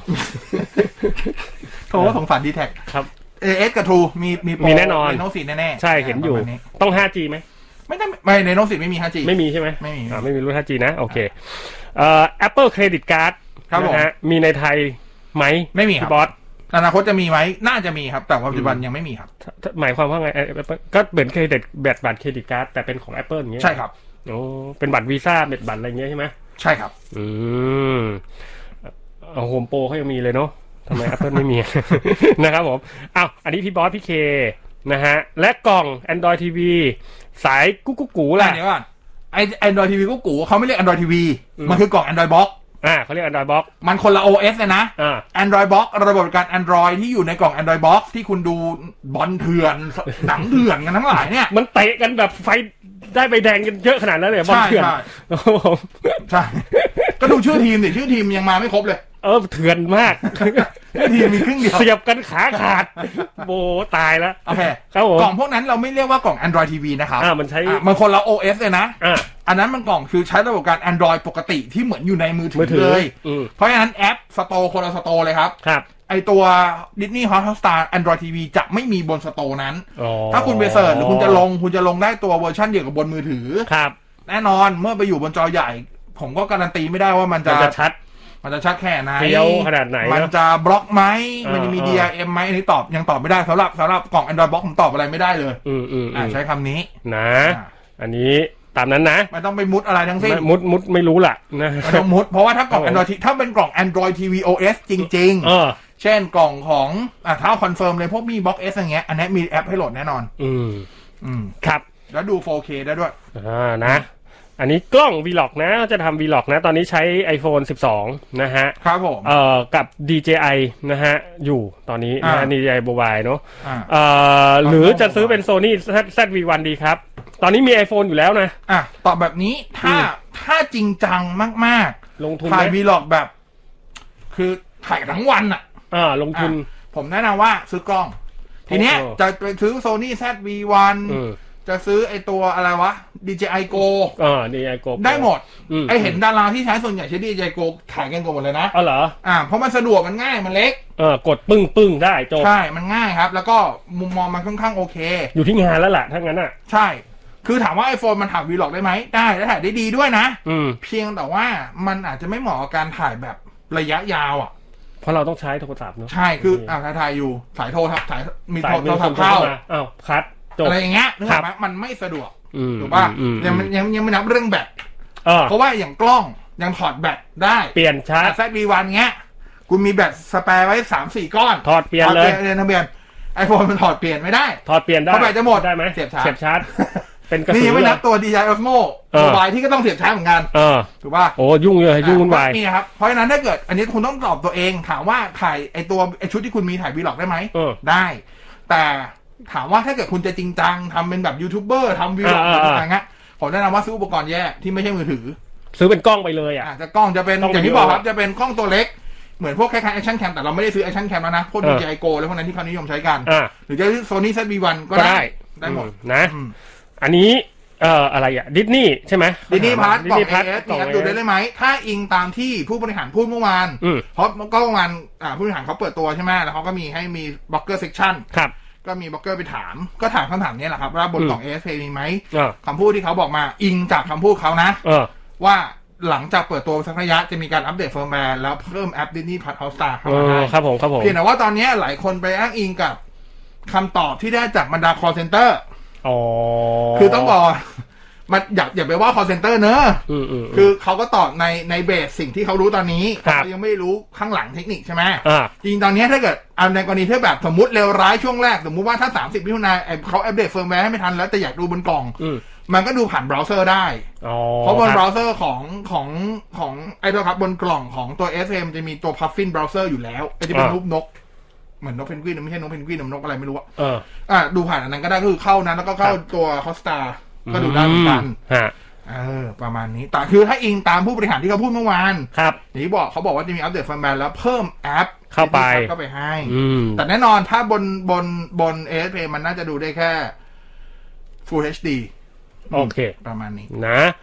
โทรว่าสงสาร ดี แท็กครับเอ เอส กับ True มีมีโปรแน่นอน Reno สี่แน่ๆใช่เห็นอยู่ต้อง ไฟว์จี ไหมไม่ได้ไม่ Reno สี่ไม่มี ไฟว์จีไม่มีใช่ไหมไม่มีอ่าไม่มีรุ่น ไฟว์จี นะโอเคเอ่อ Apple Credit Card นะฮะมีในไทยไหมไม่มีครับบอสอนาคตจะมีไหมน่าจะมีครับแต่ว่าปัจจุบันยังไม่มีครับหมายความว่าไงก็เหมือนเครดิตแบบบัตรเครดิตการ์ดแต่เป็นของ Apple อย่างเงี้ยใช่ครับโอ้เป็นบัตรวีซ่าเป็นบัตรอะไรเงี้ยใช่ไหมใช่ครับอืมเอาโฮมโปรเขายังมีเลยเนาะทำไม Apple ไม่มี นะครับผมอ้าวอันนี้พี่บอสพี่เคนะฮะและกล่อง Android ที วี สายกุ๊กกุ๊กกูล่ะเดี๋ยวก่อนไอ้ Android ที วี กุ๊กกูเขาไม่เรียก Android ที วี มันคือกล่อง Android Box อ่าเขาเรียก Android Box มันคนละ โอ เอส เลยนะอ่า Android Box ระบบการ Android ที่อยู่ในกล่อง Android Box ที่คุณดูบอลเถื่อนหนังเถื่อนกันทั้งหลายเนี่ยมันเตะกันแบบไฟได้ใบแดงกันเยอะขนาดนั้นเลยบอลเถื่อนใช่ก็ดูชื่อทีมดิชื่อทีมยังมาไม่ครบเลยเออเถื่อนมากทีมมีครึ่งเดียวเสียบกันขาขาดโบตายแล้วโอเคครับผมกล่องพวกนั้นเราไม่เรียกว่ากล่อง Android ที วี นะครับอ่ามันใช้มันคนละ โอ เอส เลยนะอ่าอันนั้นมันกล่องคือใช้ระบบการ Android ปกติที่เหมือนอยู่ในมือถือเลยเพราะฉะนั้นแอปสโตร์คนละสโตร์เลยครับครับไอตัว Disney Hotstar Android ที วี จะไม่มีบนสโตร์นั้นถ้าคุณไปเสิร์ชหรือคุณจะลงคุณจะลงได้ตัวเวอร์ชันเดียวกับบนมือถือครับแน่นอนเมื่อไปอยู่บนจอใหญ่ผมก็การันตีไม่ได้ว่ามันจะชัดมันจะชัดแค่ไหนเฟี้ยวขนาดไหนมันจะบล็อกไหมมันจะมี ดี อาร์ เอ็ม ไหมอันนี้ตอบยังตอบไม่ได้สำหรับสำหรับกล่อง Android Box ผมตอบอะไรไม่ได้เลยอืมอืมอ่าใช้คำนี้นะอันนี้ตามนั้นนะไม่ต้องไปมุดอะไรทั้งสิ้นมุดมุดไม่รู้ล่ะนะไม่ต้องมุดเพราะว่าถ้ากล่อง Android ถ้าเป็นกล่อง Android ที วี โอ เอส จริงๆเออเช่นกล่องของอ่าถ้าคอนเฟิร์มเลยพวกมี Box S อย่างเงี้ยอันนี้มีแอปให้โหลดแน่นอนอืมอืมครับแล้วดู โฟร์เค ได้ด้วยอ่านะอันนี้กล้อง Vlog นะจะทำ Vlog นะตอนนี้ใช้ iPhone สิบสองนะฮะครับผมเอ่อกับ ดี เจ ไอ นะฮะอยู่ตอนนี้นะ ดี เจ ไอ Mobile เนาะเอ่อหรือจะซื้อเป็น Sony แซด วี วัน ดีครับตอนนี้มี iPhone อยู่แล้วนะอ่ะตอบแบบนี้ถ้าถ้าจริงจังมากๆลงทุนถ่าย Vlog แบบคือถ่ายทั้งวันอ่ะอ่าลงทุนผมแนะนำว่าซื้อกล้องทีเนี้ยจะไปซื้อ Sony แซด วี วัน จะซื้อไอตัวอะไรวะ ดี เจ ไอ Go อ่า ดี เจ ไอ Go ได้หมดไอเห็นดาราที่ใช้ส่วนใหญ่ใช้ ดี เจ ไอ Go ถ่ายกันหมดเลยนะอ๋อเหรออ่าเพราะมันสะดวกมันง่ายมันเล็กเออกดปึ้งปึ้งได้จบใช่มันง่ายครับแล้วก็มุมมองมันค่อนข้างโอเคอยู่ที่งานแล้วล่ะถ้างั้นอ่ะใช่คือถามว่า iPhone มันถ่าย Vlog ได้ไหมได้และถ่ายได้ดีด้วยนะอืมเพียงแต่ว่ามันอาจจะไม่เหมาะกับการถ่ายแบบระยะยาวอ่ะเพราะเราต้องใช้โทรศัพท์เนาะใช่คืออ่าถ่ายอยู่สายโทรศัพท์สายมีโทรศัพท์เข้าอ้าวคัดอะไรอย่างเงี้ยนึกออกไหมมันไม่สะดวกถูกป่ะยังยังยังไม่นับเรื่องแบตเพราะว่าอย่างกล้องยังถอดแบตได้เปลี่ยนชาร์จแซด วี วัน เงี้ยคุณมีแบตสแปร์ไว้ สามสี่ ก้อนถอดเปลี่ยนเลยเรียนทะเบียน iPhone มันถอดเปลี่ยนไม่ได้ถอดเปลี่ยนได้เพราะแบตจะหมดได้ไหมเสียบชาร์จเสียบชาร์จเป็นกระสุนนี่ยังไม่นับตัว ดี เจ ไอ Osmo โมบายที่ก็ต้องเสียบชาร์จเหมือนกันถูกป่ะโอ้ยุ่งเลยยุ่งวุ่นวายนี่ครับเพราะฉะนั้นถ้าเกิดอันนี้คุณต้องตอบตัวเองถามว่าถ่ายไอตัวไอชุดที่คุณมีถ่าย Vlog ได้ไหมได้แต่ถามว่าถ้าเกิดคุณจะจริงจังทำเป็นแบบยูทูบเบอร์ทำ Vlog อะไรเงี้ยผมแนะนำว่าซื้ออุปกรณ์แยกที่ไม่ใช่มือถือซื้อเป็นกล้องไปเลยอ่ะจะกล้องจะเป็นอย่างที่บอกครับจะเป็นกล้องตัวเล็กเหมือนพวกคล้ายๆ Action Cam แต่เราไม่ได้ซื้อ Action Cam แล้วนะพวก ดี เจ ไอ Go แล้วพวกนั้นที่เขานิยมใช้กันหรือจะซื้อ Sony แซด วี วัน ก็ได้ได้หมดนะอันนี้เอ่ออะไรอ่ะ Disney ใช่ไหม Disney Plus กล่อง เอ เอส นี่ครับดูได้เลยไหมถ้าอิงตามที่ผู้บริหารพูดเมื่อวานเพราะก็เมื่อวานผู้บริหารเขาเปิดตัวใช่ไหมแล้วเขาก็มีให้มี Blogger Section ครับก็มีบล็อกเกอร์ไปถามก็ถามคำถามนี้แหละครับว่าบนกล่อง เอ เอส มีไหมคำพูดที่เขาบอกมาอิงจากคำพูดเขานะว่าหลังจากเปิดตัวสักระยะจะมีการอัปเดตเฟิร์มแวร์แล้วเพิ่มแอป Disney Plus Hotstar เข้ามาได้ครับผมครับผมเพียงแต่ว่าตอนนี้หลายคนไปอ้างอิงกับคำตอบที่ได้จากบรรดา call center อ๋อคือต้องบอกมันอย่าอย่าไปว่า call center เนอะคือเขาก็ตอบในในเบสสิ่งที่เขารู้ตอนนี้เขายังไม่รู้ข้างหลังเทคนิคใช่ไหมจริงตอนนี้ถ้าเกิดเอาในกรณีที่แบบสมมติเลวร้ายช่วงแรกสมมุติว่าถ้าสามสิบมิถุนายนเขาอัปเดตเฟิร์มแวร์ให้ไม่ทันแล้วแต่อยากดูบนกล่องมันก็ดูผ่านเบราว์เซอร์ได้เพราะบนเบราว์เซอร์ของของของไอ้ตัวครับบนกล่องของตัว เอส เอ็ม จะมีตัว Puffin Browser อยู่แล้วไอ้ที่เป็นรูปนกเหมือนนกเพนกวินไม่ใช่นกเพนกวินนกอะไรไม่รู้อ่ะอ่าดูผ่านอันนั้นก็ได้คือเข้านั้นแล้วก็เข้าตัว Hotstar ก็ดูได้เหมือนกันเออประมาณนี้แต่คือถ้าอิงตามผู้บริหารที่เขาพูดเมื่อวานครับอย่างที่บอกเขาบอกว่าจะมีอัปเดตเฟิร์มแวร์แล้วเพิ่มแอปเข้าไปเข้าไปให้แต่แน่นอนถ้าบนบนบน เอ เอส พี มันน่าจะดูได้แค่ Full เอช ดีโอเคประมาณนี้นะ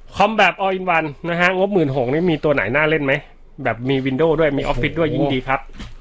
คอมแบบ all in one นะฮะงบ หนึ่งหมื่นหกพัน นี่มีตัวไหนน่าเล่นไหมแบบมี Windows ด้วยมี Office ด้วยยิ่งดีครับ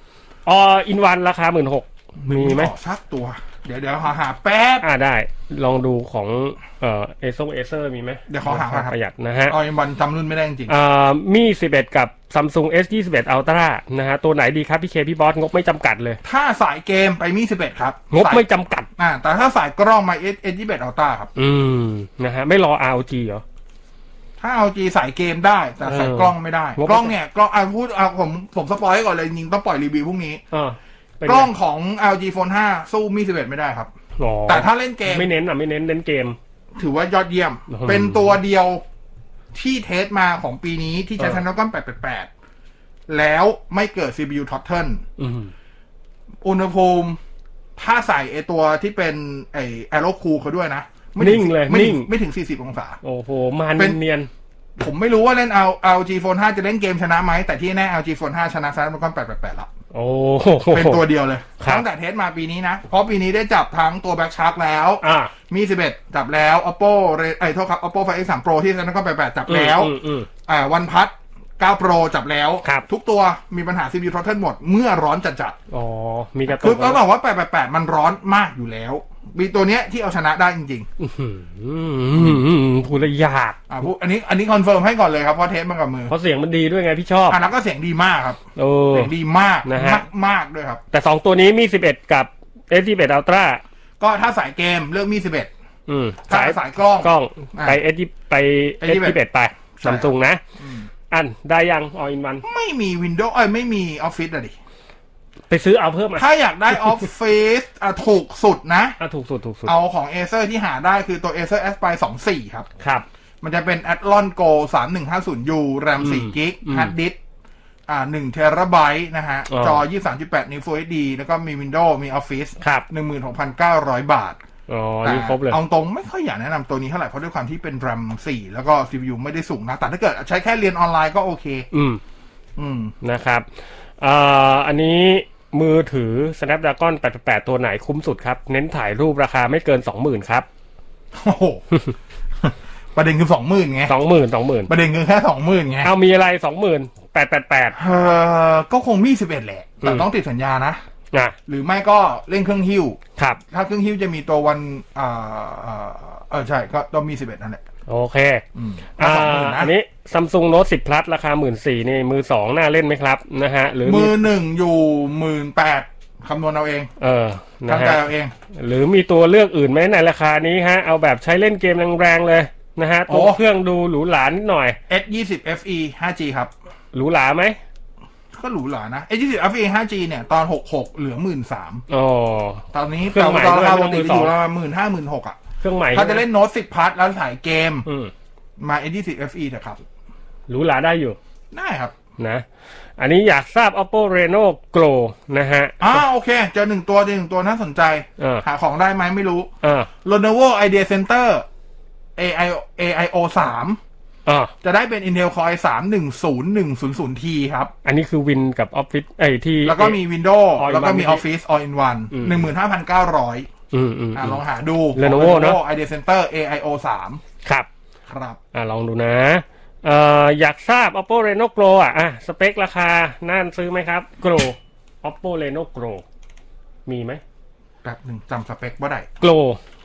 all in one ราคา หนึ่งหมื่นหกพัน มีไหมสักตัวเดี๋ยวเดี๋ยวหาหาแป๊บอ่าได้ลองดูของเอ่อ Acer Acer มีไหมเดี๋ยวขอหาครับประหยัดนะฮะ all in one จำรุ่นไม่ได้จริงอ่ามีสิบเอ็ดกับ Samsung เอส ยี่สิบเอ็ด Ultra นะฮะตัวไหนดีครับพี่เคพี่บอสงบไม่จำกัดเลยถ้าสายเกมไปมีสิบเอ็ดครับงบไม่จำกัดอ่าแต่ถ้าสายกล้องมา เอส ยี่สิบเอ็ด Ultra ครับอืมนะฮะไม่รอ อาร์ โอ จี เหรอถ้า อาร์ โอ จี สายเกมได้แต่สายกล้องไม่ได้กล้องเนี่ยกล้องอ่ะพูดอ่ะผมผมสปอยล์ก่อนเลยจริงต้องปล่อยรีวิวพรุ่งนี้กล้องของ แอล จี Phone ห้าสู้มีสิบเอ็ดไม่ได้ครับแต่ถ้าเล่นเกมไม่เน้นอ่ะไม่เน้นเล่นเกมถือว่ายอดเยี่ยมเป็นตัวเดียวที่เทสมาของปีนี้ที่ใช้ Snapdragon แปดแปดแปดแล้วไม่เกิด ซี พี ยู Throttle อุณหภูมิถ้าใส่ไอตัวที่เป็นไอ Aero Cool เขาด้วยนะนิ่งเลยนิ่งไม่ถึงสี่สิบองศาโอ้โหมันเนียนผมไม่รู้ว่าเล่น แอล จี Phone ห้าจะเล่นเกมชนะไหมแต่ที่แน่ แอล จี Phone ห้าชนะ Snapdragon แปดแปดแปดแล้วโอ้เป็นตัวเดียวเลยตั้งแต่เทสมาปีนี้นะเพราะปีนี้ได้จับทั้งตัว Black Shark แล้วมีสิบเอ็ดจับแล้ว Oppo ไอ้โทษครับ Oppo ไฟว์ เอ็กซ์ ทรี Pro ที่ Snapdragon แปดแปดจับแล้วอ่า OnePlus เก้า Pro จับแล้วทุกตัวมีปัญหา ซี พี ยู Throttle หมดเมื่อร้อนจัดๆอ๋อมีกระตุกคือต้องบอกว่าแปดแปดแปดมันร้อนมากอยู่แล้วมีตัวเนี้ยที่เอาชนะได้จริงๆพูดละยากอ่าพูดอันนี้อันนี้คอนเฟิร์มให้ก่อนเลยครับเพราะเทสมากับมือเพราะเสียงมันดีด้วยไงพี่ชอบอ่ะแล้วก็เสียงดีมากครับเสียงดีมากนะฮะมากด้วยครับแต่สองตัวนี้มีสิบเอ็ดกับ เอส ยี่สิบเอ็ด Ultra ก็ถ้าสายเกมเลือกมีสิบเอ็ดอืมสายสายกล้องกล้องไป เอส ไป เอส ยี่สิบเอ็ด ไป Samsung นะอันได้ยัง all in one ไม่มี Windows เอ้ยไม่มี Office อ่ะดิไปซื้อเอาเพิ่มถ้าอยากได้ Office อ่ะถูกสุดนะอ่ะถูกสุดถูกสุดเอาของ Acer ที่หาได้คือตัว Acer Aspire สองสี่ครับครับมันจะเป็น Athlon Go สามหนึ่งห้าศูนย์ยู RAM สี่กิก Hard Disk อ่าหนึ่งเทราไบต์นะฮะจอ ยี่สิบสามจุดแปด นิ้ว Full เอช ดี แล้วก็มี Windows มี Office ครับหนึ่งหมื่นหกพันเก้าร้อย บาทอ๋อนี่ครบเลยเอาตรงไม่ค่อยอยากแนะนำตัวนี้เท่าไหร่เพราะด้วยความที่เป็น RAM สี่แล้วก็ ซี พี ยู ไม่ได้สูงนะแต่ถ้าเกิดใช้แค่เรียนออนไลน์ก็โอเคอืมอืมนะครับอ่าอันนี้มือถือ Snapdragon แปดแปดแปดตัวไหนคุ้มสุดครับเน้นถ่ายรูปราคาไม่เกิน สองหมื่น ครับโอ้โหประเด็นคือ สองหมื่น ไงสองหมื่น สองหมื่นประเด็นคือแค่ สองหมื่น ไงเอามีอะไร สองหมื่น แปดแปดแปดเอ่อก็คงมีสิบเอ็ดแหละแต่ต้องติดสัญญานะนะหรือไม่ก็เล่นเครื่องหิ้วครับถ้าเครื่องหิ้วจะมีตัววันอ่าเออใช่ก็ต้องมีสิบเอ็ดนั่นแหละโอเคอ่าอันนี้ Samsung Note สิบ Plus ราคา หนึ่งหมื่นสี่พัน นี่มือสองน่าเล่นไหมครับนะฮะหรือมือหนึ่งอยู่ หนึ่งหมื่นแปดพัน คำนวณเอาเองเออทำใจเอาเองหรือมีตัวเลือกอื่นไหมในราคานี้ฮะเอาแบบใช้เล่นเกมแรงๆเลยนะฮะตัวเครื่องดูหรูหรานิดหน่อยเอส ยี่สิบ เอฟ อี ห้าจี ครับหรูหราไหมก็หรูหรานะ เอส ยี่สิบ เอฟ อี ห้าจี เนี่ยตอนหกสิบหกเหลือ หนึ่งหมื่นสามพันอ๋อตอนนี้เครื่องใหม่ตอนราคาปกติอยู่ประมาณ หนึ่งหมื่นห้าพัน หนึ่งหมื่นหกพัน อ่ะเครื่องใหม่ถ้าจะเล่นโน้ตสิบ Plus แล้วถ่ายเกมมา เอส ยี่สิบ เอฟ อี เถอะครับหรูหราได้อยู่ได้ครับนะอันนี้อยากทราบ Oppo Reno Grow นะฮะอ่าโอเคเจอหนึ่งตัวเจอหนึ่งตัวน่าสนใจหาของได้ไหมไม่รู้ Lenovo Idea Center เอ ไอ เอ ไอ โอ สามจะได้เป็น Intel Core ไอ สาม หนึ่งศูนย์หนึ่งศูนย์ศูนย์ ที ครับอันนี้คือ Win กับ Office ไอ้ที่แล้วก็มี Windows แล้วก็มี Office All in One หนึ่งหมื่นห้าพันเก้าร้อยอืมๆอ่าลองหาดู Lenovo เนาะ Idea Center เอ ไอ โอ สามครับครับอ่าลองดูนะเอ่ออยากทราบ Oppo Reno Grow อ่ะอ่ะสเปคราคาน่าซื้อไหมครับ Grow Oppo Reno Grow มีไหมแป๊บนึงจำสเปคบ่ได้ Grow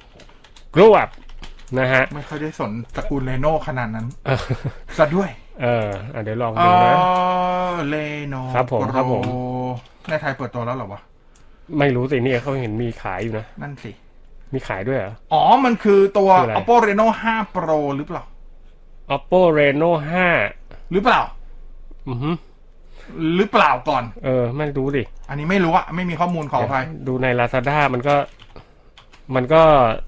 Grow up นะฮะไม่ค่อยได้สนตระกูลเรโน่ขนาดนั้นซะด้วยเอออ่ะเดี๋ยวลองดูนะเรโน่ครับผมครับผมในไทยเปิดตัวแล้วเหรอวะไม่รู้สิเนี่ยเขาเห็นมีขายอยู่นะนั่นสิมีขายด้วยเหรออ๋อมันคือตัว Oppo Reno ห้า Pro หรือเปล่า Oppo Reno ห้าหรือเปล่าอือฮึหรือเปล่าก่อนเออไม่รู้ดิอันนี้ไม่รู้อะไม่มีข้อมูลขออภัยดูใน Lazada มันก็มันก็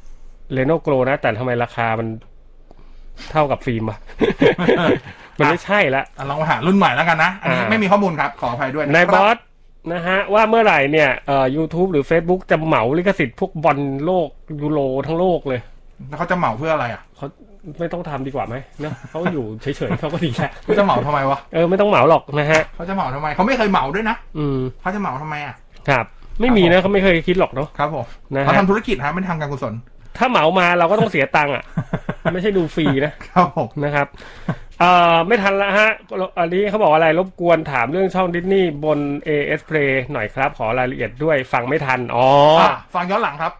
Reno Grow นะแต่ทำไมราคามันเท่ากับฟิล์มอะมันไม่ใช่ละลองมาหารุ่นใหม่แล้วกันนะอันนี้ไม่มีข้อมูลครับขออภัยด้วยนายบอสนะฮะว่าเมื่อไหร่เนี่ยเอ่อ YouTube หรือ Facebook จะเหมาลิขสิทธิ์พวกบอลโลกยูโรทั้งโลกเลยแล้วเขาจะเหมาเพื่ออะไรอ่ะเขาไม่ต้องทำดีกว่าไหมเนาะเขาอยู่เฉยๆเขาก็ดีแหละเขาจะเหมาทำไมวะเออไม่ต้องเหมาหรอกนะฮะเขาจะเหมาทำไมเขาไม่เคยเหมาด้วยนะอืมเขาจะเหมาทำไมอ่ะครับไม่มีนะเขาไม่เคยคิดหรอกเนาะครับผมเขาทำธุรกิจฮะไม่ทำการกุศลถ้าเหมามาเราก็ต้องเสียตังค์อ่ะไม่ใช่ดูฟรีนะครับนะครับเอ่อไม่ทันแล้วฮะอันนี้เขาบอกอะไรรบกวนถามเรื่องช่องดิสนีย์บน เอ เอส Play หน่อยครับขอรายละเอียดด้วยฟังไม่ทันอ๋อฟังย้อนหลังครับ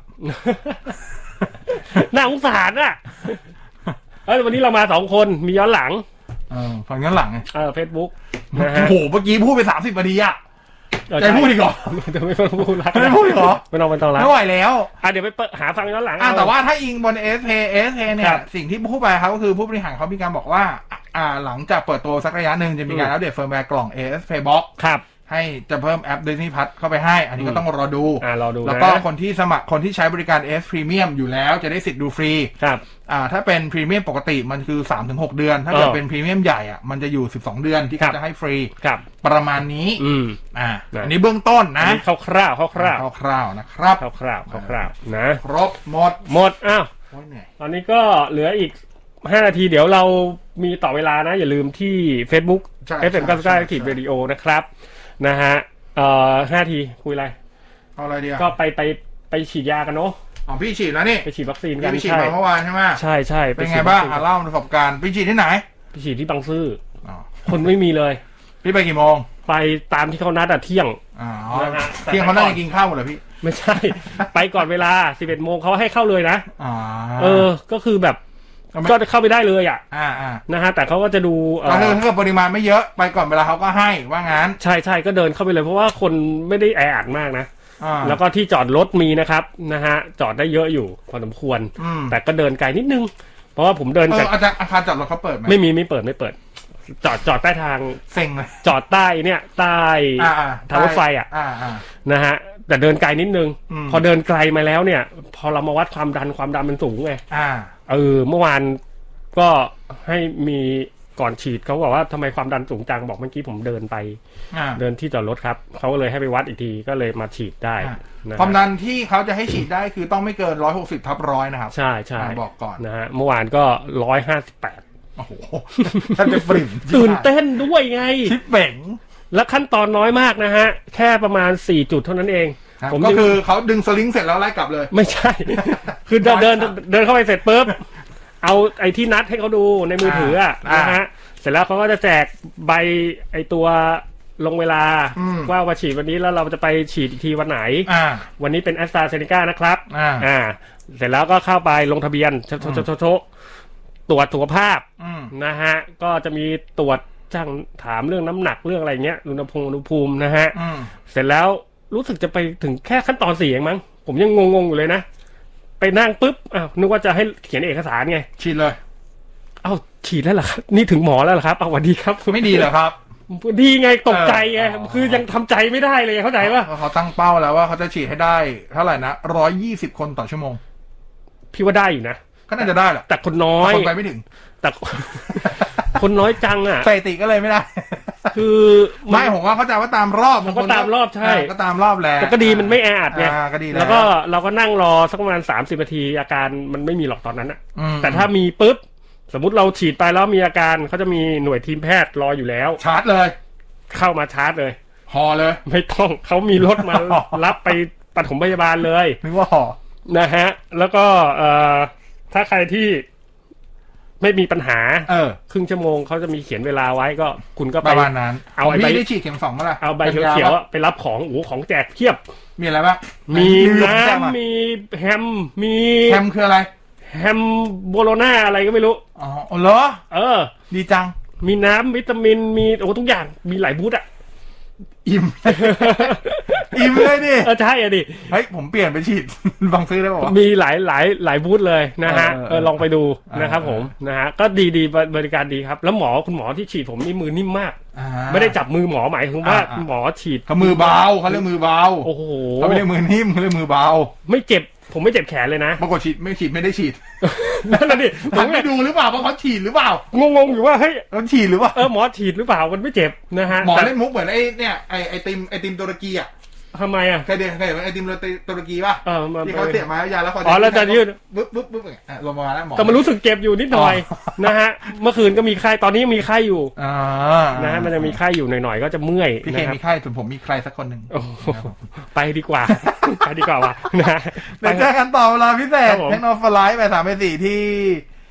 น่าสงสารอ่ะเออวันนี้เรามาสองคนมีย้อนหลังเออฟังย้อนหลังไงเออ Facebook นะฮะโอ้โหเมื่อกี้พูดไปสามสิบนาทีอ่ะจะพูดอีกเหรอจะไม่ต้องพูดละไม่พูดอีกเหรอไม่ต้องไม่ต้องละไม่ไหวแล้วอ่ะเดี๋ยวไปหาฟังย้อนหลังอ่ะแต่ว่าถ้าอิงบน เอ เอส พี เอ เอส พี เนี่ยสิ่งที่พูดไปครับก็คือผู้บริหารเขามีการบอกว่าอ่าหลังจากเปิดตัวสักระยะหนึ่งจะมีการอัปเดตเฟิร์มแวร์กล่อง เอ เอส พี Box ครับให้จะเพิ่มแอป Disney Plus เข้าไปให้อันนี้ก็ต้องรอดูอ่ารอดูแล้วก็คนที่สมัครคนที่ใช้บริการ เอ เอส Premium อยู่แล้วจะได้สิทธิ์ดูฟรีครับอ่าถ้าเป็นพรีเมียมปกติมันคือ สามถึงหก เดือนถ้าเกิดเป็นพรีเมียมใหญ่อ่ะมันจะอยู่สิบสองเดือนที่เขาจะให้ฟรีครับประมาณนี้อืมอ่าอันนี้เบื้องต้นนะคร่าวๆคร่าวๆคร่าวๆนะครับคร่าวๆคร่าวๆนะครบหมดหมดอ้าวตอนนี้ก็เหลืออีกห้านาทีเดี๋ยวเรามีต่อเวลานะอย่าลืมที่ Facebook เอฟ เอ็ม เก้าสิบเก้า Active Radio นะครับนะฮะเอ่อห้าทีคุยอะไรเอาอะไรดีก็ไปไปไปฉีดยากันเนาะอ๋อพี่ฉีดแล้วนี่ไปฉีดวัคซีนกันพี่ฉีดมาเมื่อวานใช่ไหมใช่ใช่เป็นไงบ้างเล่าประสบการณ์พี่ฉีดที่ไหนพี่ฉีดที่บางซื่อคนไม่มีเลยพี่ไปกี่โมงไปตามที่เขานัดอ่ะเที่ยงอ๋อเที่ยงเขาน่าจะกินข้าวหมดเหรอพี่ไม่ใช่ไปก่อนเวลาสิบเอ็ดโมงเขาให้เข้าเลยนะอ๋อเออก็คือแบบก็จะเข้าไปได้เลยอ่ะอ่าอ่านะฮะแต่เขาก็จะดูถ้าถ้าเกิดปริมาณไม่เยอะไปก่อนเวลาเขาก็ให้ว่างั้นใช่ใช่ก็เดินเข้าไปเลยเพราะว่าคนไม่ได้แออัดมากนะแล้วก็ที่จอดรถมีนะครับนะฮะจอดได้เยอะอยู่พอสมควรแต่ก็เดินไกลนิดนึงเพราะว่าผมเดินจากอาจารย์อาคารจอดรถเขาเปิดไหมไม่มีไม่เปิดไม่เปิดจอดจอดใต้ทางเซ็งเลยจอดใต้เนี่ยใต้ทางรถไฟอ่ะนะฮะแต่เดินไกลนิดนึงพอเดินไกลมาแล้วเนี่ยพอเรามาวัดความดันความดันมันสูงไงเออเมื่อวานก็ให้มีก่อนฉีดเขาบอกว่าทำไมความดันสูงจังบอกเมื่อกี้ผมเดินไปเดินที่จอดรถครับเขาก็เลยให้ไปวัดอีกทีก็เลยมาฉีดได้ความดันที่เขาจะให้ฉีดได้คือต้องไม่เกินร้อยหกสิบทับร้อยนะครับใช่ใช่บอกก่อนนะฮะเมื่อวานก็ร้อยห้าสิบแปดโอ้โหท่านจะปริ่มตื่นเต้นด้วยไงชิปเป่งและขั้นตอนน้อยมากนะฮะแค่ประมาณสี่จุดเท่านั้นเองผมก็คือเขาดึงสลิงเสร็จแล้วไล่กลับเลยไม่ใช่คือเดินเดินเดินเข้าไปเสร็จปุ๊บเอาไอ้ที่นัดให้เขาดูในมือถืออ่ะนะฮะเสร็จแล้วเขาก็จะแจกใบไอ้ตัวลงเวลาว่าว่าฉีดวันนี้แล้วเราจะไปฉีดอีกทีวันไหนวันนี้เป็นแอสตราเซเนกานะครับอ่าเสร็จแล้วก็เข้าไปลงทะเบียนโชโชโชโชตรวจสุขภาพนะฮะก็จะมีตรวจช่างถามเรื่องน้ำหนักเรื่องอะไรเงี้ยอุณหภูมิอุณหภูมินะฮะเสร็จแล้วรู้สึกจะไปถึงแค่ขั้นตอนสี่เองมั้งผมยังงงๆอยู่เลยนะไปนั่งปุ๊บอ้าวนึกว่าจะให้เขียนเอกสารไงฉีดเลยเอ้าฉีดแล้วเหรอครับนี่ถึงหมอแล้วเหรอครับเอาสวัสดีครับไม่ดีเหรอครับดีไงตกใจไงคือยังทำใจไม่ได้เลยเข้าใจป่ะเขาตั้งเป้าแล้วว่าเขาจะฉีดให้ได้เท่าไหร่นะร้อยยี่สิบคนต่อชั่วโมงพี่ว่าได้อยู่นะก็น่าจะได้แหละแต่คนน้อยคนไปไม่ถึงแต่คนน้อยจังอ่ะสถิติก็เลยไม่ได้คือไม่ผมว่าเขาจะว่าตามรอบมันก็ตามรอบใช่ก็ตามรอบแหละแต่ก็ดีมันไม่แออัดไงก็ดีแล้วก็เราก็นั่งรอสักประมาณสามสิบนาทีอาการมันไม่มีหรอกตอนนั้นอ่ะแต่ถ้ามีปุ๊บสมมุติเราฉีดไปแล้วมีอาการเขาจะมีหน่วยทีมแพทย์รออยู่แล้วชาร์จเลยเข้ามาชาร์จเลยห่อเลยไม่ต้องเขามีรถมารับไปปฐมพยาบาลเลยนึกว่าห่อนะฮะแล้วก็เอ่อถ้าใครที่ไม่มีปัญหาเออครึ่งชั่วโมงเขาจะมีเขียนเวลาไว้ก็คุณก็ไปประมาณนั้นเอาใบได้ฉีดเข็มสองมั้ยล่ะเอาใบเขียวๆไปรับของโอ้ของแจกเพียบมีอะไรบ้างมีน้ำมีแฮมมีแฮมคืออะไรแฮมโบโลน่าอะไรก็ไม่รู้อ๋อเหรอเออดีจังมีน้ำวิตามินมีโอ้ทุกอย่างมีหลายบูธอ่ะอิ่มอิ่มเลยดิเออใช่อ่ะดิเฮ้ยผมเปลี่ยนไปฉีดบางซื้อได้ป่ะมีหลายหลายหลายบูธเลยนะฮะเออลองไปดูนะครับผมนะฮะก็ดีดีบริการดีครับแล้วหมอคุณหมอที่ฉีดผมนี่มือนิ่มมากไม่ได้จับมือหมอหมายถึงว่าหมอฉีดเขามือเบาเขาเรียกมือเบาโอ้โหเขาไม่ได้มือนิ่มเขาเรียกมือเบาไม่เจ็บผมไม่เจ็บแขนเลยนะปรากฏฉีดไม่ฉีดไม่ได้ฉีดนั่นแหละดิผมไม่ดูหรือเปล่าว่าเขาฉีดหรือเปล่างงๆอยู่ว่าเฮ้ยเขาฉีดหรือเปล่าเออหมอฉีดหรือเปล่ามันไม่เจ็บนะฮะหมอเล่นมุกเหมือนไอ้เนี่ยไอ้ไอติมไอติมตุรกีอ่ะทำไมอ่ะเคยเห็นเคยเห็นไอติมตุรกีป่ะที่เขาเสียบไม้ยาแล้วเขาอ๋อแล้วจะยืดปึ๊บปึ๊บปึ๊บอ่ะลงมาแล้วหมอแต่มันรู้สึกเจ็บอยู่นิดหน่อยนะฮะเมื่อคืนก็มีไข้ตอนนี้ยังมีไข้อยู่นะฮะมันจะมีไข้อยู่หน่อยๆก็จะเมื่อยพี่เคมีไข้ส่วนผมมีใครสักคนหนึ่งไปดีกว่าไปดีกว่าว่ะนะเดี๋ยวเจอกันต่อเวลาพิเศษเทคโนโลยีไปสามไปสี่ที่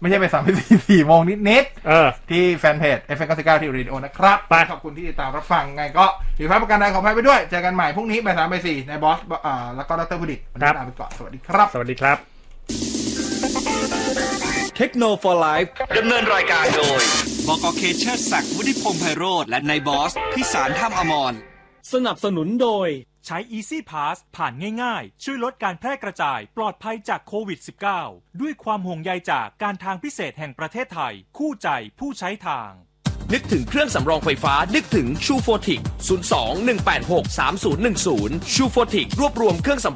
ไม่ใช่ไปสามไปสี่สี่โมงนิดเออๆที่แฟนเพจ เอฟ เอ็ม เก้าสิบเก้า ที่เรดิโอนะครับไปขอบคุณที่ติดตามรับฟังไงก็ถือพระประกันใดขออภัยไปด้วยเจอกันใหม่พรุ่งนี้บ่ายสามบ่ายสี่ในบอสอ่าแล้วก็ดร.พุดิตวันนี้ลาไปก่อนสวัสดีครับสวัสดีครับเทคโนโลยีไลฟ์ดำเนินรายการโดยบก.เคเชอร์ศักดิ์วุฒิพงษ์ไพโรจน์และนายบอสพิสารท่ามอมรสนับสนุนโดยใช้ Easy Pass ผ่านง่ายๆช่วยลดการแพร่กระจายปลอดภัยจากโควิด สิบเก้า ด้วยความห่วงใยจากการทางพิเศษแห่งประเทศไทยคู่ใจผู้ใช้ทางนึกถึงเครื่องสำรองไฟฟ้านึกถึงชูโฟติก ศูนย์ สอง หนึ่ง แปด หก สาม ศูนย์ หนึ่ง ศูนย์ ชูโฟติกรวบรวมเครื่องสำ